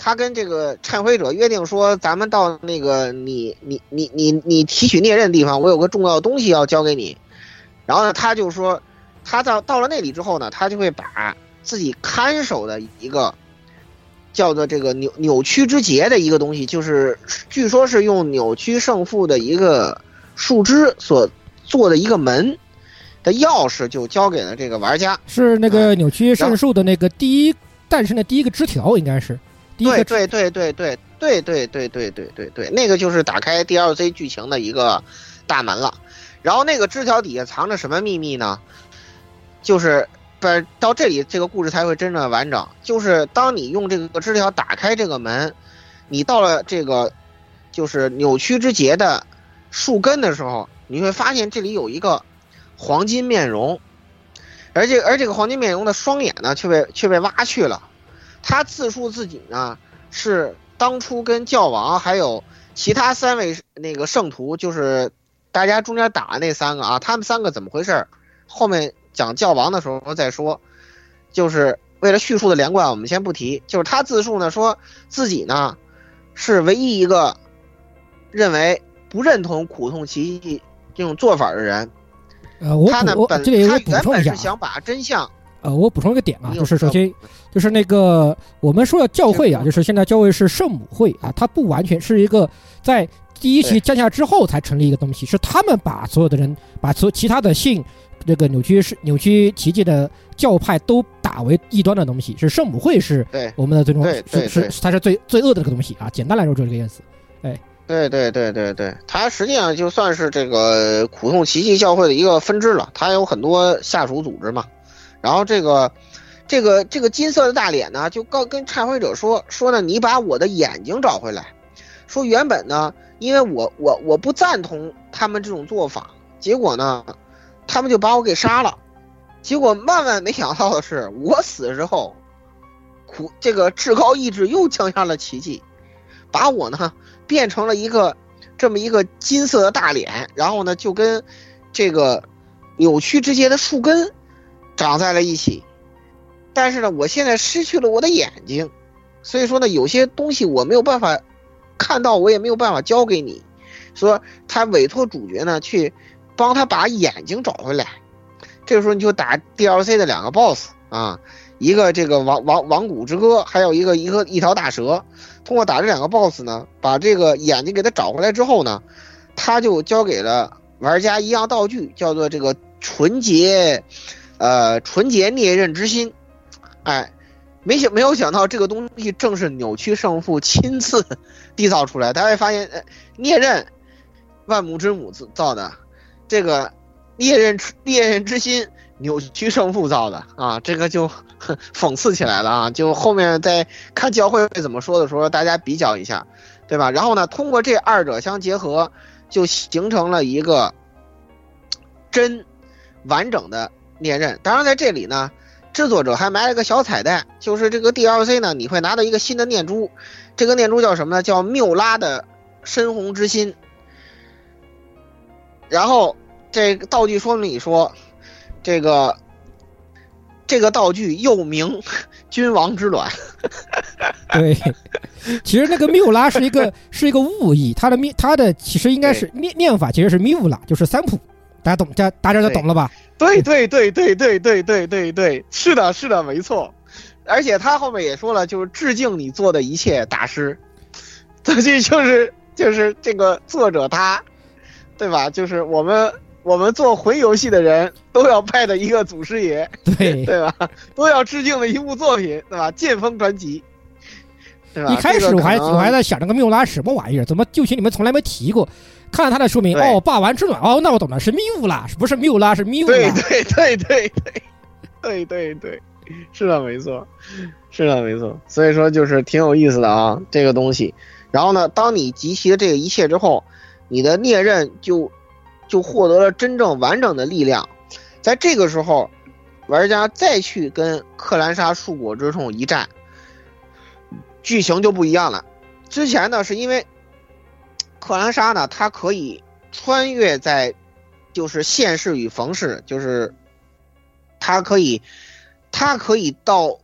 他跟这个忏悔者约定说，咱们到那个你你你你你提取孽刃的地方，我有个重要的东西要交给你。然后呢，他就说，他到到了那里之后呢，他就会把自己看守的一个叫做这个扭扭曲之节的一个东西，就是据说是用扭曲胜负的一个树枝所做的一个门的钥匙，就交给了这个玩家。 是那个扭曲胜负的那个第一诞生的第一个枝条，应该是。 对对对对对对对对对对对对，那个就是打开 D L C 剧情的一个大门了。然后那个枝条底下藏着什么秘密呢？就是不是到这里这个故事才会真正完整。就是当你用这个枝条打开这个门，你到了这个就是扭曲之节的树根的时候，你会发现这里有一个黄金面容，而这而这个黄金面容的双眼呢却被却被挖去了。他自述自己呢是当初跟教王还有其他三位那个圣徒，就是大家中间打的那三个啊，他们三个怎么回事？后面讲教王的时候再说。就是为了叙述的连贯，我们先不提。就是他自述呢说自己呢是唯一一个认为不认同苦痛奇迹这种做法的人。 呃，我他呢本这里我补他原充一下， 本是想把真相。 呃，我补充一个点啊，就是首先就是那个我们说的教会啊，就是现在教会是圣母会啊，它不完全是一个在第一期降下之后才成立一个东西，是他们把所有的人把所其他的信这个扭曲是扭曲奇迹的教派都打为异端的东西，是圣母会是我们的最终是是它是最最恶的这个东西啊，简单来说就是这个意思。哎， 对对对对对，它实际上就算是这个苦痛奇迹教会的一个分支了，它有很多下属组织嘛。然后这个，这个这个金色的大脸呢，就告跟忏悔者说说呢，你把我的眼睛找回来。说原本呢，因为我我我不赞同他们这种做法，结果呢，他们就把我给杀了。结果万万没想到的是，我死之后，苦这个至高意志又降下了奇迹，把我呢变成了一个这么一个金色的大脸，然后呢就跟这个扭曲之节的树根长在了一起。但是呢我现在失去了我的眼睛，所以说呢有些东西我没有办法看到，我也没有办法交给你。说他委托主角呢去帮他把眼睛找回来。这个时候你就打 D L C 的两个 boss 啊，一个这个王王王谷之歌，还有一个一个一条大蛇。通过打这两个 boss 呢，把这个眼睛给他找回来之后呢，他就交给了玩家一样道具，叫做这个纯洁呃纯洁孽刃之心。哎，没想没有想到这个东西正是扭曲胜负亲自缔造出来。大家会发现，呃、孽刃万母之母造的，这个孽刃孽刃之心扭曲胜负造的啊，这个就讽刺起来了啊！就后面在看教会怎么说的时候，大家比较一下，对吧？然后呢，通过这二者相结合，就形成了一个真完整的孽刃。当然，在这里呢，制作者还埋了个小彩蛋，就是这个 D L C 呢，你会拿到一个新的念珠，这个念珠叫什么呢？叫缪拉的深红之心。然后这个道具说明里说，这个这个道具又名君王之卵。 对，其实那个缪拉是一个是一个误译，它的密它的其实应该是念念法其实是缪拉，就是三浦，大家懂，大大家都懂了吧？ 对对对对对对对对对，是的，是的，没错。而且他后面也说了，就是致敬你做的一切，大师。这就是就是这个作者他，对吧？就是我们。我们做魂游戏的人都要拜的一个祖师爷， 对对吧？都要致敬的一部作品，对吧？剑锋传奇，对吧？ 一开始我还、这个、我还在想这个缪拉什么玩意儿，怎么剧情里面从来没提过？看了他的说明，哦，霸王之卵，哦，那我懂了，是缪拉，不是缪拉，是缪拉。 对对对对对对对对，是的，没错，是的，没错。所以说就是挺有意思的啊，这个东西。然后呢，当你集齐了这个一切之后，你的孽刃就。就获得了真正完整的力量。在这个时候，玩家再去跟克兰莎树果之痛一战，剧情就不一样了。之前呢，是因为克兰莎呢，它可以穿越在就是现世与逢世，就是它可以它可以到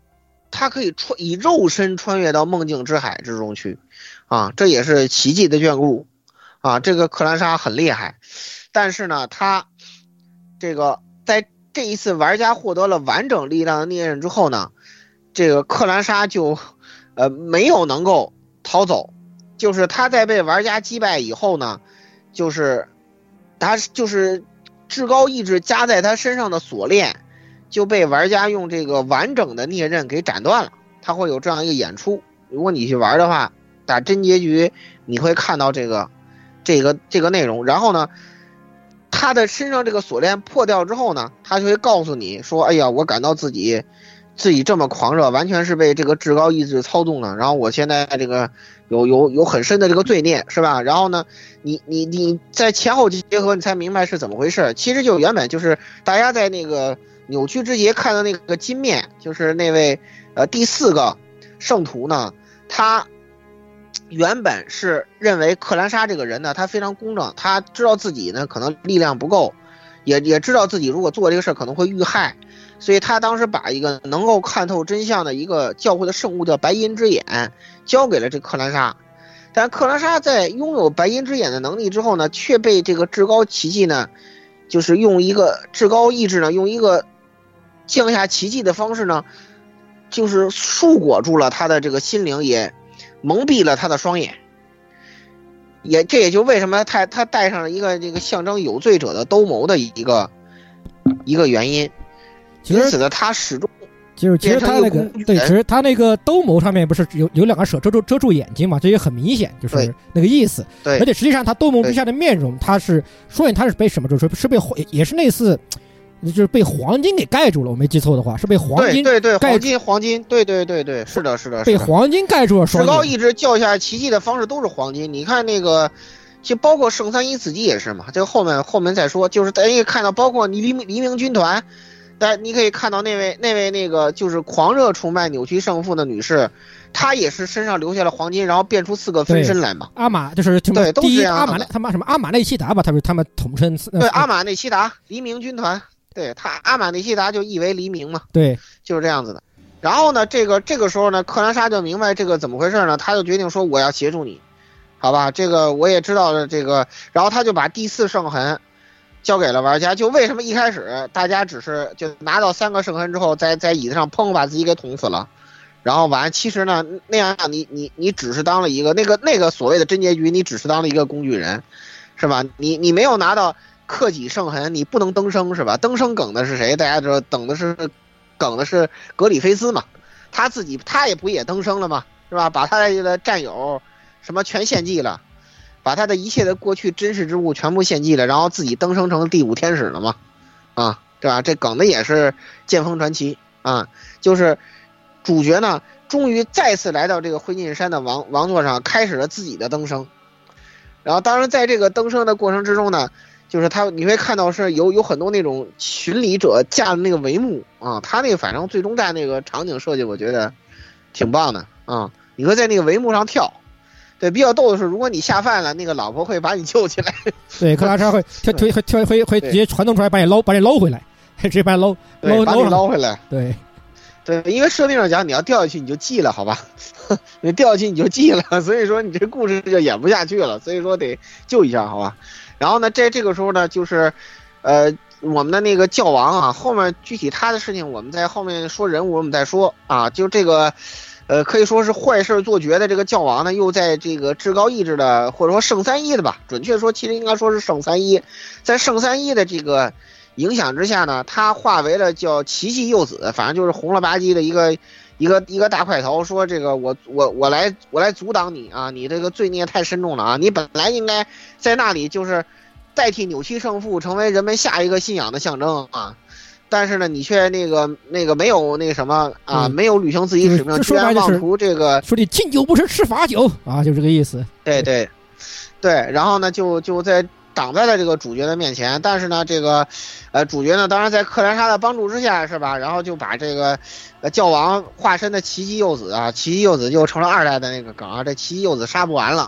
他可以穿以肉身穿越到梦境之海之中去，啊，这也是奇迹的眷顾，啊，这个克兰莎很厉害，但是呢，他这个在这一次玩家获得了完整力量的逆刃之后呢，这个克兰莎就呃没有能够逃走，就是他在被玩家击败以后呢，就是他就是至高意志加在他身上的锁链就被玩家用这个完整的逆刃给斩断了，他会有这样一个演出。如果你去玩的话，打真结局你会看到这个这个这个内容。然后呢，他的身上这个锁链破掉之后呢，他就会告诉你说，哎呀，我感到自己自己这么狂热，完全是被这个至高意志操纵了。然后我现在这个有有有很深的这个罪孽，是吧？然后呢，你你你在前后结合，你才明白是怎么回事。其实就原本就是大家在那个扭曲之节看到那个金面，就是那位呃第四个圣徒呢，他原本是认为克兰莎这个人呢，他非常公正，他知道自己呢可能力量不够，也也知道自己如果做这个事可能会遇害，所以他当时把一个能够看透真相的一个教会的圣物叫白银之眼交给了这克兰莎。但克兰莎在拥有白银之眼的能力之后呢，却被这个至高奇迹呢，就是用一个至高意志呢，用一个降下奇迹的方式呢，就是束裹住了他的这个心灵，也蒙蔽了他的双眼。也这也就为什么他他戴上了一个这个象征有罪者的兜鍪的一个一个原因。因此呢，他始终就是其实他那个对，其实他那个兜鍪上面不是有有两个手遮住遮住眼睛嘛，这也很明显就是那个意思。 对， 而且实际上他兜鍪之下的面容，他是说明他是被什么？就是是被也是类似。就是被黄金给盖住了，我没记错的话，是被黄金对对对黄金黄金对对对对是的是的， 被黄金盖住了双眼。 至高意志教下奇迹的方式都是黄金，你看那个，就包括圣三一死机也是嘛，这个后面后面再说，就是大家可以看到，包括黎明黎明军团，但你可以看到那位那位那个就是狂热崇拜扭曲圣父的女士，她也是身上留下了黄金，然后变出四个分身来嘛。 阿玛就是对， 第一阿玛他妈什么阿玛内西达吧，他们他们统称对阿玛内西达黎明军团。对他阿玛内西达就译为黎明嘛， 对， 就是这样子的。然后呢，这个这个时候呢，克兰莎就明白这个怎么回事呢，他就决定说我要协助你，好吧？这个我也知道了这个，然后他就把第四圣痕交给了玩家。就为什么一开始大家只是就拿到三个圣痕之后，在在椅子上砰把自己给捅死了，然后完其实呢那样你你你只是当了一个那个那个所谓的真结局，你只是当了一个工具人，是吧？你你没有拿到克己圣痕，你不能登升，是吧？登升梗的是谁？大家知道，等的是梗的是格里菲斯嘛，他自己他也不也登升了嘛，是吧？把他的战友什么全献祭了，把他的一切的过去真实之物全部献祭了，然后自己登升成第五天使了嘛，啊，对吧？这梗的也是剑锋传奇啊，就是主角呢终于再次来到这个灰烬山的王王座上，开始了自己的登升。然后当然在这个登升的过程之中呢，就是他你会看到是有有很多那种巡礼者架的那个帷幕啊，他那个反正最终在那个场景设计我觉得挺棒的啊，你会在那个帷幕上跳。对，比较逗的是，如果你下饭了，那个老婆会把你救起来。 对，克拉莎会跳推会跳会会直接传动出来把你捞把你捞回来，直接把你捞捞把你捞回来。 对， 对，因为设定上讲，你要掉下去你就记了，好吧？你掉下去你就记了，所以说你这故事就演不下去了，所以说得救一下，好吧？然后呢，在这个时候呢，就是，呃，我们的那个教王啊，后面具体他的事情，我们在后面说人物，我们再说啊。就这个，呃，可以说是坏事做绝的这个教王呢，又在这个至高意志的或者说圣三一的吧，准确说，其实应该说是圣三一，在圣三一的这个影响之下呢，他化为了叫奇迹幼子，反正就是红了吧唧的一个一个一个大块头，说这个我我我来我来阻挡你啊，你这个罪孽太深重了啊，你本来应该在那里就是代替扭曲圣父成为人们下一个信仰的象征啊，但是呢你却那个那个没有那个什么啊、嗯、没有履行自己使命，居然妄图这个说你敬酒不吃吃罚酒啊，就这个意思。 对对对，然后呢就就在挡在了这个主角的面前，但是呢这个呃主角呢当然在克兰莎的帮助之下是吧，然后就把这个呃教王化身的奇迹幼子啊，奇迹幼子就成了二代的那个梗啊，这奇迹幼子杀不完了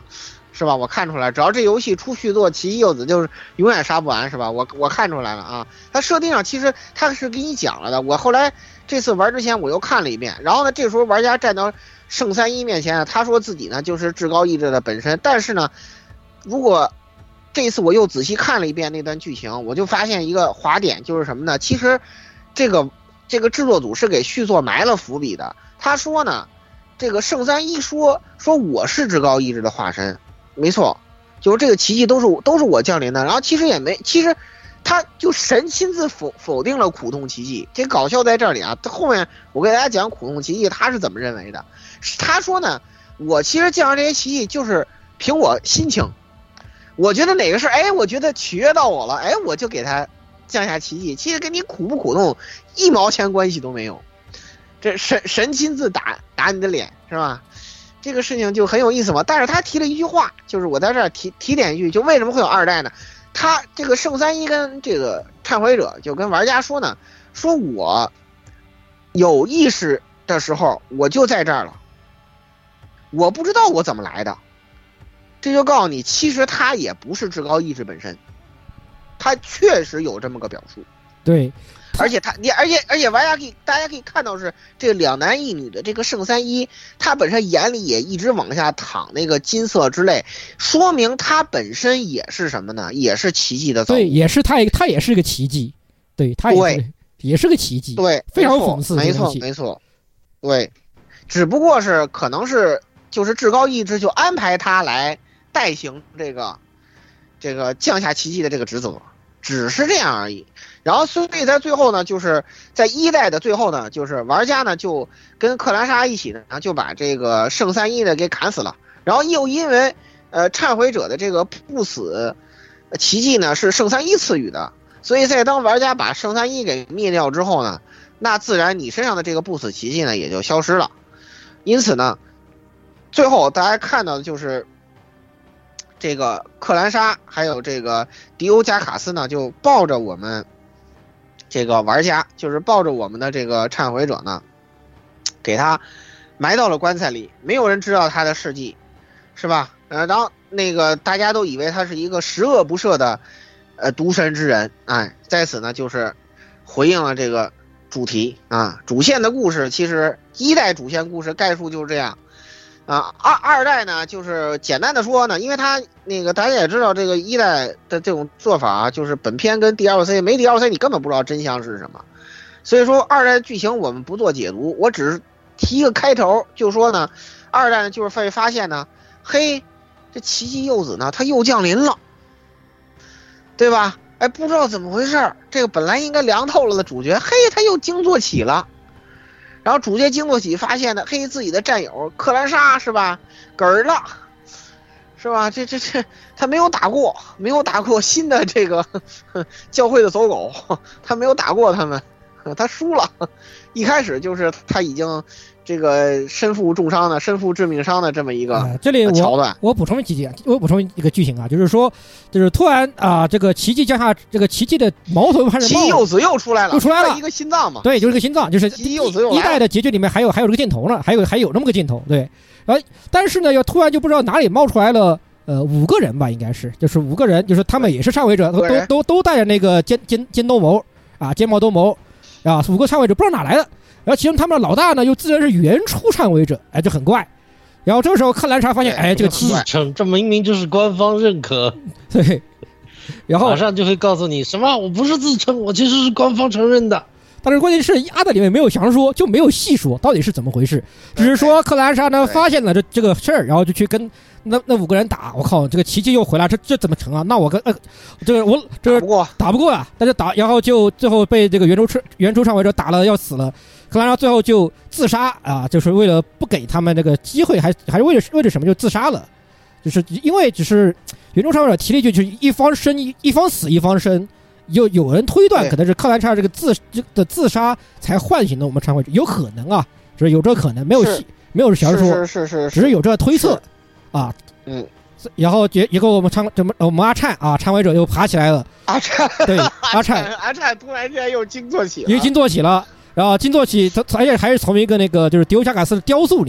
是吧？我看出来，只要这游戏出续作，奇迹柚子就是永远杀不完，是吧？我我看出来了啊。它设定上其实它是给你讲了的。我后来这次玩之前我又看了一遍，然后呢，这时候玩家站到圣三一面前呢，他说自己呢就是至高意志的本身，但是呢，如果这一次我又仔细看了一遍那段剧情，我就发现一个滑点，就是什么呢？其实这个这个制作组是给续作埋了伏笔的。他说呢，这个圣三一说说我是至高意志的化身。没错，就是这个奇迹都是都是我降临的，然后其实也没，其实他就神亲自否否定了苦痛奇迹，这搞笑在这里啊。后面我给大家讲苦痛奇迹他是怎么认为的。他说呢，我其实降这些奇迹就是凭我心情，我觉得哪个事哎，我觉得取悦到我了，哎，我就给他降下奇迹，其实跟你苦不苦痛一毛钱关系都没有，这神神亲自打打你的脸是吧？这个事情就很有意思嘛，但是他提了一句话，就是我在这儿提提点一句，就为什么会有二代呢？他这个圣三一跟这个忏悔者就跟玩家说呢，说我有意识的时候我就在这儿了，我不知道我怎么来的，这就告诉你，其实他也不是至高意志本身，他确实有这么个表述。 对。 而且他，你而且而且玩家可以，大家可以看到是这个两男一女的这个圣三一，他本身眼里也一直往下淌那个金色之泪，说明他本身也是什么呢？也是奇迹的造物。 对，也是他，他也是个奇迹，对他也是也是个奇迹， 对， 非常讽刺， 没错没错，对，只不过是可能是就是至高意志就安排他来代行这个这个降下奇迹的这个职责，只是这样而已。然后所以在最后呢，就是在一代的最后呢，就是玩家呢就跟克兰莎一起呢就把这个圣三一呢给砍死了，然后又因为呃忏悔者的这个不死奇迹呢是圣三一赐予的，所以在当玩家把圣三一给灭掉之后呢，那自然你身上的这个不死奇迹呢也就消失了。因此呢，最后大家看到的就是这个克兰莎还有这个迪欧加卡斯呢就抱着我们这个玩家，就是抱着我们的这个忏悔者呢，给他埋到了棺材里，没有人知道他的事迹，是吧？呃，然后那个大家都以为他是一个十恶不赦的呃独神之人，哎，在此呢就是回应了这个主题啊，主线的故事其实一代主线故事概述就是这样。啊，二二代呢，就是简单的说呢，因为他那个大家也知道，这个一代的这种做法啊，就是本片跟 D L C 没 D L C 你根本不知道真相是什么，所以说二代剧情我们不做解读，我只是提一个开头，就说呢，二代呢就是会发现呢，嘿，这奇迹柚子呢，它又降临了，对吧？哎，不知道怎么回事，这个本来应该凉透了的主角，嘿，他又惊坐起了。然后主角惊坐起发现呢，嘿，自己的战友克兰莎是吧，嗝儿了，是吧？这这这他没有打过，没有打过新的这个呵教会的走狗，他没有打过他们，他输了。一开始就是他已经这个身负重伤的、身负致命伤的这么一个桥段。 呃、这里我我补充几点，我补充一个剧情啊，就是说，就是突然啊、呃，这个奇迹降下，这个奇迹的矛头开始冒， 奇迹柚子又出来了， 又出来了一个心脏嘛， 对，就是个心脏，就是奇迹柚子又来了。 一代的结局里面还有还有这个箭头呢，还有还有那么个箭头，对，然后但是呢，又突然就不知道哪里冒出来了。呃，五个人吧，应该是，就是五个人，就是他们也是忏悔者，都都都都戴着那个尖尖尖兜鍪啊，尖帽兜鍪啊，五个忏悔者不知道哪来的。然后其中他们的老大呢，又自认是原初忏悔者，哎，就很怪。然后这个时候克兰莎发现，哎，这个奇迹，这明明就是官方认可， 对。然后马上就会告诉你什么，我不是自称，我其实是官方承认的。 但是关键是阿德里面没有详说，就没有细说到底是怎么回事，只是说克兰莎呢发现了这这个事儿，然后就去跟那那五个人打。我靠，这个奇迹又回来，这这怎么成啊？那我跟呃，这个我这个打不过， 打不过啊！但是打，然后就最后被这个原初原初忏悔者打了要死了。克兰莎最后就自杀啊，就是为了不给他们那个机会，还还是为了为了什么就自杀了？就是因为只是原初忏悔者提了一句，就是一方生一一方死一方生。有有人推断，可能是克兰莎这个自的自杀才唤醒了我们忏悔者，有可能啊，就是有这个可能，没有细没有详说， 是是 是, 是， 只是有这个推测啊。 嗯， 然后结结果我们忏怎么我们阿灿啊，忏悔者又爬起来了。 阿灿对阿灿阿灿突然间又惊坐起了， 又惊坐起了，然后惊坐起，而且还是从一个那个就是迪欧加卡斯的雕塑里面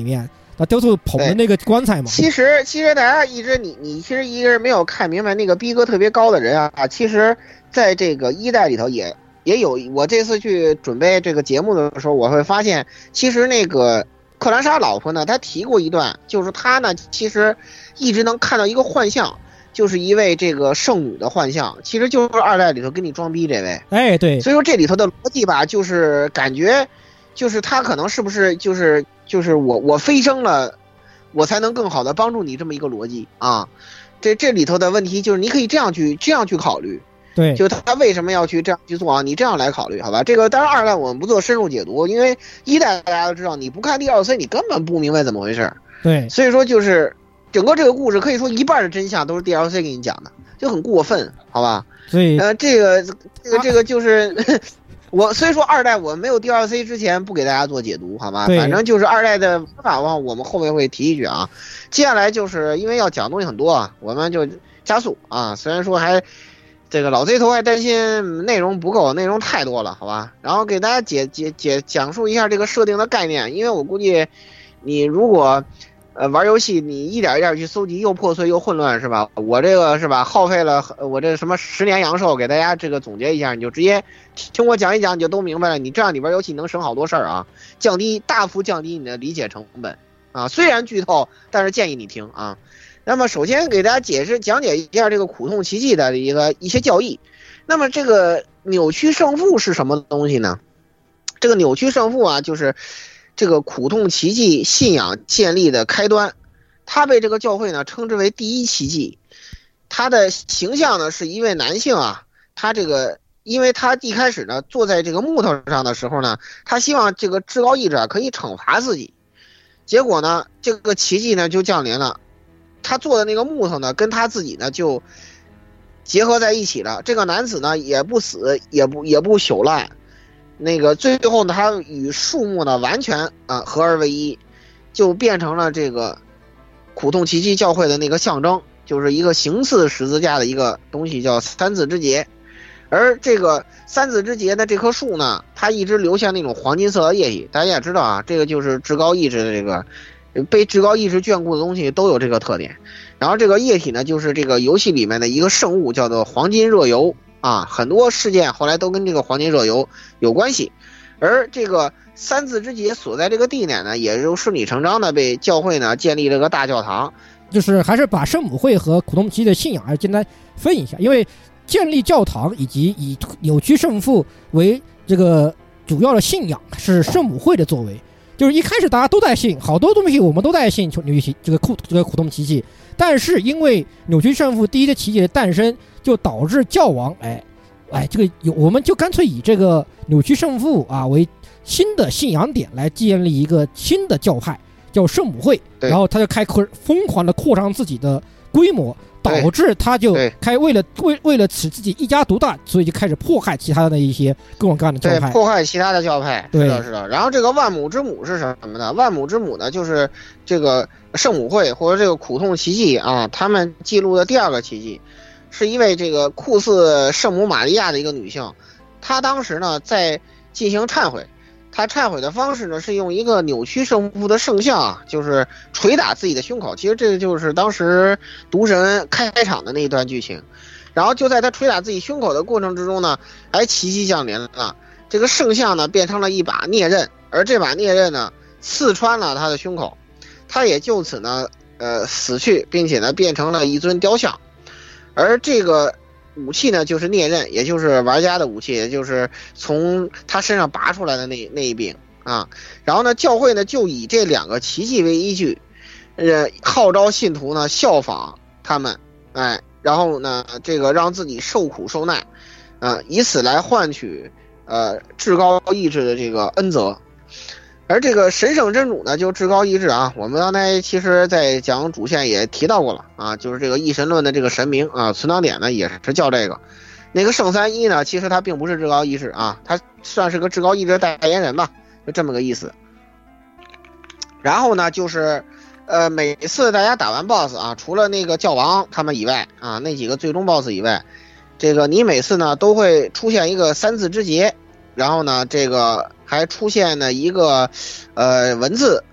他雕塑捧的那个棺材嘛。 其实其实大家一直你你其实一直没有看明白那个逼格特别高的人啊，其实在这个一代里头也也有。我这次去准备这个节目的时候，我会发现其实那个克兰莎老婆呢，她提过一段，就是她呢其实一直能看到一个幻象。就是一位这个圣女的幻象，其实就是二代里头跟你装逼这位。 哎，对。 所以说这里头的逻辑吧，就是感觉，就是他可能是不是就是就是我我飞升了，我才能更好的帮助你这么一个逻辑啊。这这里头的问题就是你可以这样去这样去考虑。 对。 就他为什么要去这样去做啊？你这样来考虑，好吧？这个当然二代我们不做深入解读，因为一代大家都知道，你不看 D L C 你根本不明白怎么回事。 对。 所以说就是。整个这个故事可以说一半的真相都是 D L C 给你讲的，就很过分，好吧？ 所以呃，这个这个这个就是、啊、我所以说二代我没有 D L C 之前不给大家做解读，好吧？反正就是二代的玩法话，我们后面会提一句啊。接下来就是因为要讲东西很多啊，我们就加速啊。虽然说还这个老贼头还担心内容不够，内容太多了，好吧？然后给大家解解解讲述一下这个设定的概念，因为我估计你如果。呃，玩游戏你一点一点去搜集，又破碎又混乱，是吧？我这个是吧，耗费了我这什么十年阳寿，给大家这个总结一下，你就直接听我讲一讲，你就都明白了。你这样你玩游戏能省好多事儿啊，降低大幅降低你的理解成本啊。虽然剧透，但是建议你听啊。那么首先给大家解释讲解一下这个苦痛奇迹的一个一些教义。那么这个扭曲胜负是什么东西呢？这个扭曲胜负啊，就是这个苦痛奇迹信仰建立的开端，他被这个教会呢称之为第一奇迹。他的形象呢是一位男性啊，他这个因为他一开始呢坐在这个木头上的时候呢，他希望这个至高意志可以惩罚自己，结果呢这个奇迹呢就降临了，他坐的那个木头呢跟他自己呢就结合在一起了，这个男子呢也不死也不也不朽烂。那个最后呢，它与树木呢完全啊、呃、合而为一，就变成了这个苦痛奇迹教会的那个象征，就是一个形似十字架的一个东西，叫三字之节。而这个三字之节的这棵树呢，它一直留下那种黄金色的液体。大家也知道啊，这个就是至高意志的这个被至高意志眷顾的东西都有这个特点。然后这个液体呢，就是这个游戏里面的一个圣物，叫做黄金热油。啊，很多事件后来都跟这个黄金热油有关系，而这个三字之节所在这个地点呢，也就顺理成章的被教会呢建立了个大教堂。 就是还是把圣母会和苦痛奇迹的信仰还是简单分一下，因为建立教堂以及以扭曲胜负为这个主要的信仰是圣母会的作为。就是一开始大家都在信，好多东西我们都在信扭曲这个苦这个苦痛奇迹，但是因为扭曲胜负第一个奇迹的诞生，就导致教王哎哎这个有我们就干脆以这个扭曲胜负啊为新的信仰点来建立一个新的教派，叫圣母会，然后他就开扩疯狂的扩张自己的规模，导致他就开为了为为了使自己一家独大，所以就开始迫害其他的一些各种各样的教派， 对，迫害其他的教派，是的，是的。然后这个万母之母是什么呢？万母之母呢，就是这个圣母会或者这个苦痛奇迹啊，他们记录的第二个奇迹，是一位这个酷似圣母玛利亚的一个女性，她当时呢在进行忏悔。他忏悔的方式呢，是用一个扭曲胜负的圣像啊，就是捶打自己的胸口。其实这个就是当时毒神开场的那一段剧情。然后就在他捶打自己胸口的过程之中呢，哎，奇迹降临了。这个圣像呢，变成了一把镊刃，而这把镊刃呢，刺穿了他的胸口，他也就此呢，呃，死去，并且呢，变成了一尊雕像。而这个武器呢，就是镊刃，也就是玩家的武器，也就是从他身上拔出来的那那一柄啊。然后呢，教会呢就以这两个奇迹为依据，呃，号召信徒呢效仿他们，哎，然后呢，这个让自己受苦受难，啊、呃，以此来换取呃至高意志的这个恩泽。而这个神圣真主呢，就至高意志啊，我们刚才其实在讲主线也提到过了啊，就是这个异神论的这个神明啊，存档点呢也是叫这个。那个圣三一呢，其实他并不是至高意志啊，他算是个至高意志代言人吧，就这么个意思。然后呢，就是呃每次大家打完 boss 啊，除了那个教王他们以外啊，那几个最终 boss 以外，这个你每次呢都会出现一个三字之节，然后呢这个还出现了一个呃文字，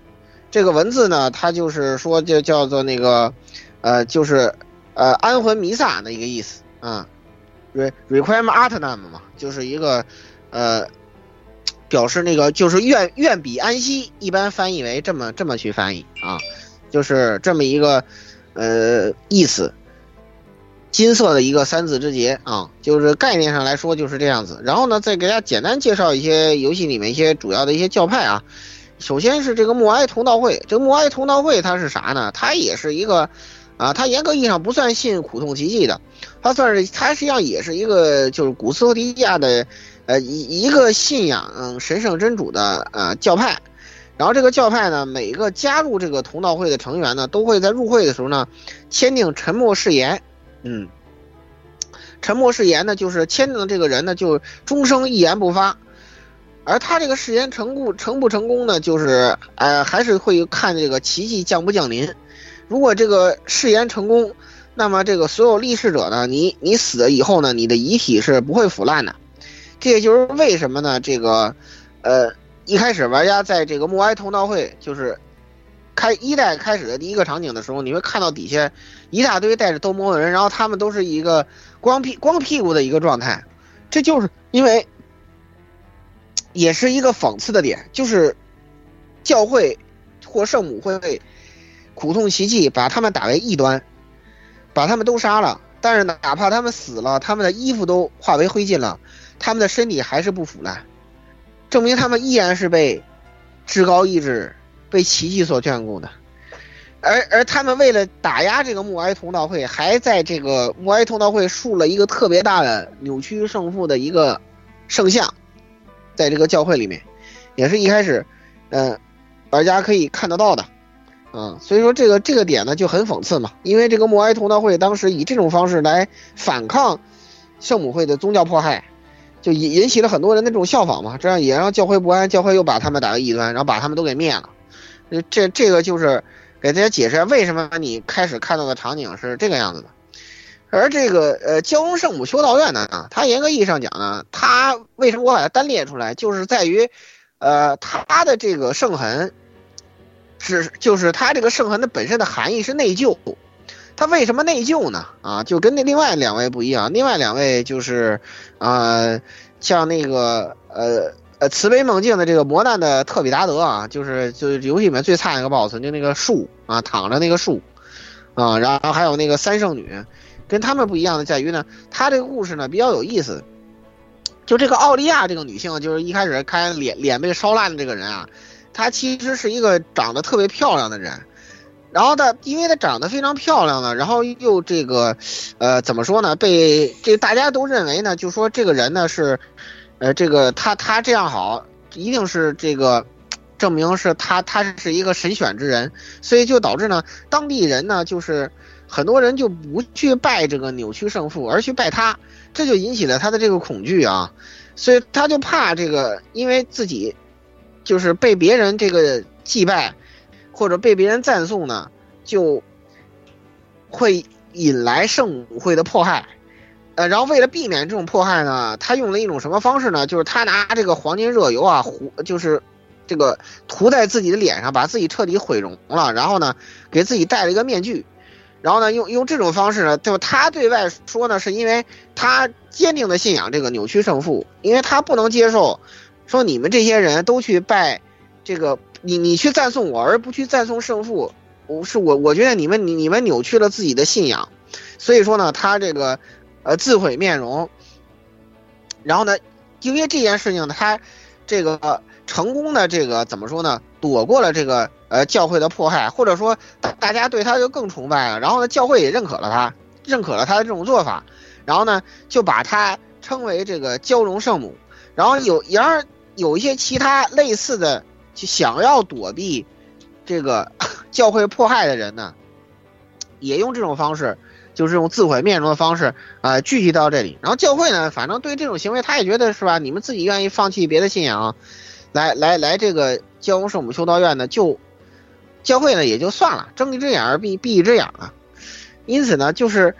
这个文字呢，它就是说就叫做那个，呃，就是呃安魂弥撒的一个意思啊。re requiem aeternam 嘛，就是一个呃表示那个就是愿愿彼安息，一般翻译为这么这么去翻译啊，就是这么一个呃意思。金色的一个三字之节啊，就是概念上来说就是这样子。然后呢，再给大家简单介绍一些游戏里面一些主要的一些教派啊。首先是这个默哀同道会，这个默哀同道会它是啥呢？它也是一个啊，它严格意义上不算信苦痛奇迹的，它算是它实际上也是一个就是古斯托迪亚的呃一一个信仰、嗯、神圣真主的呃教派。然后这个教派呢，每个加入这个同道会的成员呢，都会在入会的时候呢签订沉默誓言。嗯，沉默誓言呢，就是签订的这个人呢，就终生一言不发。而他这个誓言成功成不成功呢，就是呃还是会看这个奇迹降不降临。如果这个誓言成功，那么这个所有立誓者呢，你你死了以后呢，你的遗体是不会腐烂的。这也就是为什么呢？这个呃一开始玩家在这个默哀同道会就是开一代开始的第一个场景的时候，你会看到底下一大堆带着兜帽的人，然后他们都是一个光屁光屁股的一个状态。这就是因为也是一个讽刺的点，就是教会或圣母会苦痛奇迹把他们打为异端，把他们都杀了，但是哪怕他们死了，他们的衣服都化为灰烬了，他们的身体还是不腐烂，证明他们依然是被至高意志被奇迹所眷顾的。而而他们为了打压这个默哀同道会，还在这个默哀同道会竖了一个特别大的扭曲圣父的一个圣像，在这个教会里面，也是一开始嗯、呃、玩家可以看得到的。嗯，所以说这个这个点呢就很讽刺嘛，因为这个默哀同道会当时以这种方式来反抗圣母会的宗教迫害，就引引起了很多人的这种效仿嘛，这样也让教会不安，教会又把他们打为异端，然后把他们都给灭了。这这个就是给大家解释为什么你开始看到的场景是这个样子的。而这个呃教宗圣母修道院呢，啊，它严格意义上讲呢，它为什么我把它单列出来，就是在于呃它的这个圣痕是就是它这个圣痕的本身的含义是内疚。它为什么内疚呢？啊，就跟那另外两位不一样，另外两位就是呃像那个呃呃慈悲梦境的这个磨难的特比达德啊，就是就是游戏里面最差的一个 boss， 就那个树啊，躺着那个树啊，然后还有那个三圣女，跟他们不一样的在于呢，他这个故事呢比较有意思。就这个奥利亚这个女性，就是一开始看脸脸被烧烂的这个人啊，她其实是一个长得特别漂亮的人。然后呢，因为她长得非常漂亮呢，然后又这个呃怎么说呢，被这个大家都认为呢，就说这个人呢是呃这个他他这样好，一定是这个证明是他他是一个神选之人，所以就导致呢当地人呢就是很多人就不去拜这个扭曲圣父，而去拜他，这就引起了他的这个恐惧啊，所以他就怕这个因为自己就是被别人这个祭拜或者被别人赞颂呢，就会引来圣母会的迫害。呃，然后为了避免这种迫害呢，他用了一种什么方式呢？就是他拿这个黄金热油啊，糊就是这个涂在自己的脸上，把自己彻底毁容了，然后呢，给自己戴了一个面具，然后呢，用用这种方式呢，就他对外说呢，是因为他坚定的信仰这个扭曲圣父，因为他不能接受说你们这些人都去拜这个。你你去赞颂我，而不去赞颂圣父，我是我我觉得你们你你们扭曲了自己的信仰，所以说呢，他这个呃自毁面容，然后呢，因为这件事情呢，他这个、呃、成功的这个怎么说呢，躲过了这个呃教会的迫害，或者说大家对他就更崇拜了，然后呢，教会也认可了他，认可了他的这种做法，然后呢，就把他称为这个交融圣母，然后有然而有一些其他类似的。就想要躲避这个教会迫害的人呢，也用这种方式，就是这种自毁面容的方式啊、呃，聚集到这里。然后教会呢，反正对这种行为，他也觉得是吧？你们自己愿意放弃别的信仰，来来来，这个教宗圣母修道院呢，就教会呢也就算了，睁一只眼而闭闭一只眼了。因此呢，就是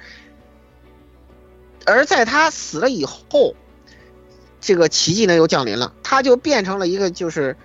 而在他死了以后，这个奇迹呢又降临了，他就变成了一个就是。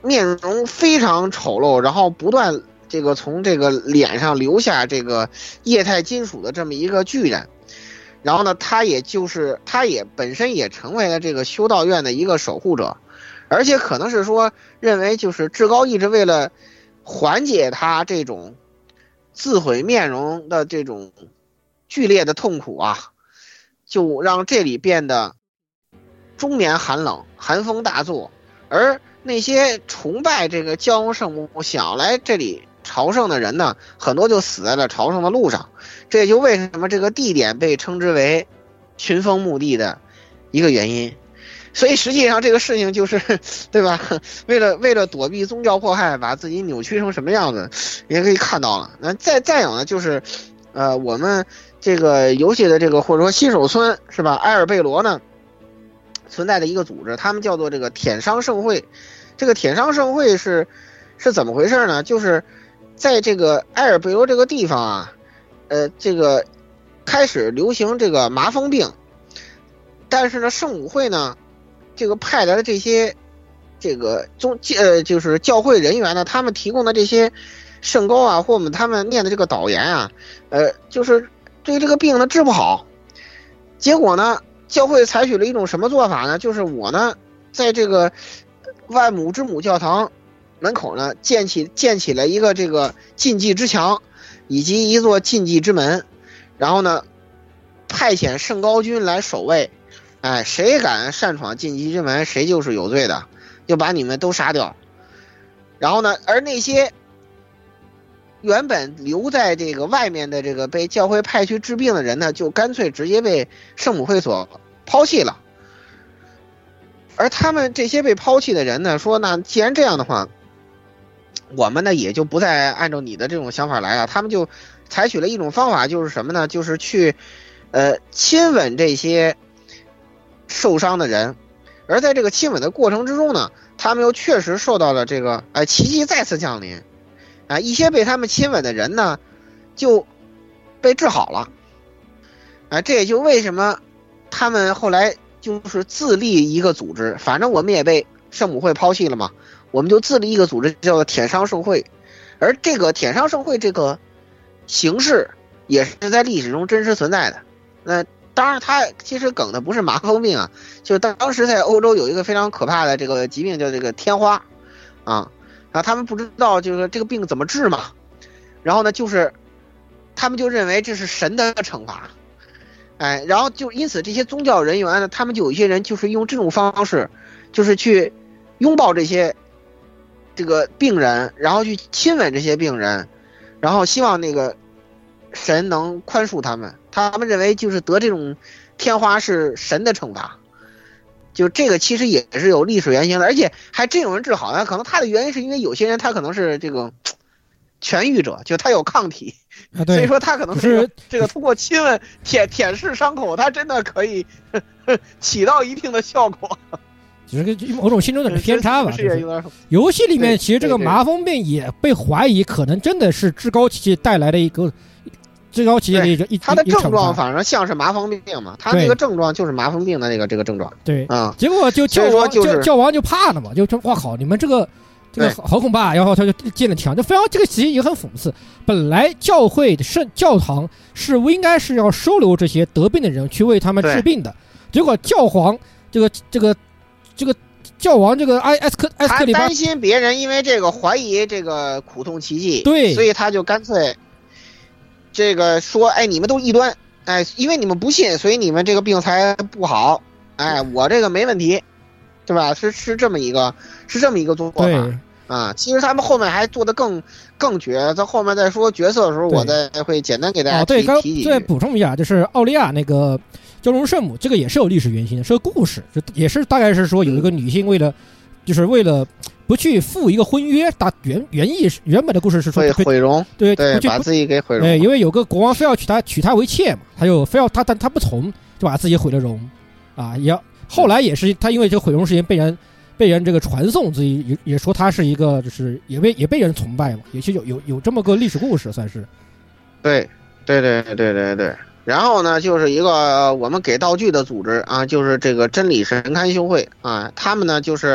面容非常丑陋，然后不断这个从这个脸上留下这个液态金属的这么一个巨人。然后呢，他也就是他也本身也成为了这个修道院的一个守护者，而且可能是说认为就是至高一直为了缓解他这种自毁面容的这种剧烈的痛苦啊，就让这里变得终年寒冷，寒风大作。而那些崇拜这个教宗圣母想来这里朝圣的人呢，很多就死在了朝圣的路上。这也就为什么这个地点被称之为群峰墓地的一个原因。所以实际上这个事情就是，对吧？为了为了躲避宗教迫害，把自己扭曲成什么样子，也可以看到了。那再再有呢，就是，呃，我们这个游戏的这个或者说新手村是吧？埃尔贝罗呢存在的一个组织，他们叫做这个舔商盛会。这个舔商盛会是是怎么回事呢？就是在这个埃尔贝罗这个地方啊，呃，这个开始流行这个麻风病，但是呢，圣母会呢，这个派来的这些这个宗呃就是教会人员呢，他们提供的这些圣膏啊，或者他们念的这个导言啊，呃，就是对这个病呢治不好。结果呢，教会采取了一种什么做法呢？就是我呢，在这个万母之母教堂门口呢，建起建起了一个这个禁忌之墙，以及一座禁忌之门，然后呢，派遣圣膏军来守卫。哎，谁敢擅闯禁忌之门，谁就是有罪的，就把你们都杀掉。然后呢，而那些原本留在这个外面的这个被教会派去治病的人呢，就干脆直接被圣母会所抛弃了。而他们这些被抛弃的人呢，说那既然这样的话，我们呢也就不再按照你的这种想法来了。他们就采取了一种方法，就是什么呢？就是去呃亲吻这些受伤的人。而在这个亲吻的过程之中呢，他们又确实受到了这个哎奇迹再次降临啊，一些被他们亲吻的人呢就被治好了啊。这也就为什么他们后来就是自立一个组织，反正我们也被圣母会抛弃了嘛，我们就自立一个组织叫做舔商盛会。而这个舔商盛会这个形式也是在历史中真实存在的。那当然它其实梗的不是麻风病啊，就当时在欧洲有一个非常可怕的这个疾病叫这个天花啊，然后他们不知道就是这个病怎么治嘛，然后呢就是他们就认为这是神的惩罚。哎，然后就因此这些宗教人员呢，他们就有一些人就是用这种方式，就是去拥抱这些这个病人，然后去亲吻这些病人，然后希望那个神能宽恕他们。他们认为就是得这种天花是神的惩罚，就这个其实也是有历史原型的，而且还真有人治好。可能他的原因是因为有些人他可能是这个痊愈者，就他有抗体。 啊、对， 所以说他可能是这个通过亲吻舔舔舐伤口，他真的可以呵呵起到一定的效果。 只是某种心中的偏差吧。就是游戏里面其实这个麻风病也被怀疑可能真的是至高奇迹带来的一个至高奇迹的一个一他的症状反正像是麻风病嘛，他那个症状就是麻风病的那个这个症状。 对啊、嗯， 结果就教王、 就是、 教教王就怕了嘛，就就哇靠，你们这个。这个好恐怕，然后他就建了墙，就非常这个其实也很讽刺。本来教会的圣教堂是应该是要收留这些得病的人去为他们治病的，结果教皇这个这个这个教王这个埃埃斯克埃斯克里巴担心别人因为这个怀疑这个苦痛奇迹， 对， 所以他就干脆这个说，哎，你们都异端，哎，因为你们不信，所以你们这个病才不好，哎，我这个没问题。对吧？是是这么一个，是这么一个做法啊。其实他们后面还做得更更绝，在后面再说角色的时候，我再会简单给大家提、 哦、对， 提几句。 再补充一下，就是奥利亚那个教宗圣母，这个也是有历史原型的，是个故事，就也是大概是说有一个女性为了，嗯、就是为了不去赴一个婚约，大原原意原本的故事是说毁容， 对对，把自己给毁容。 对，因为有个国王非要娶她娶她为妾嘛，他就非要他，但他不从，就把自己毁了容，啊，也要。后来也是他因为这个毁容事件被人被人这个传颂，自己也也说他是一个就是也被也被人崇拜嘛，也是有有有这么个历史故事算是。 对对对对对对。然后呢，就是一个我们给道具的组织啊，就是这个真理神龛修会啊，他们呢就是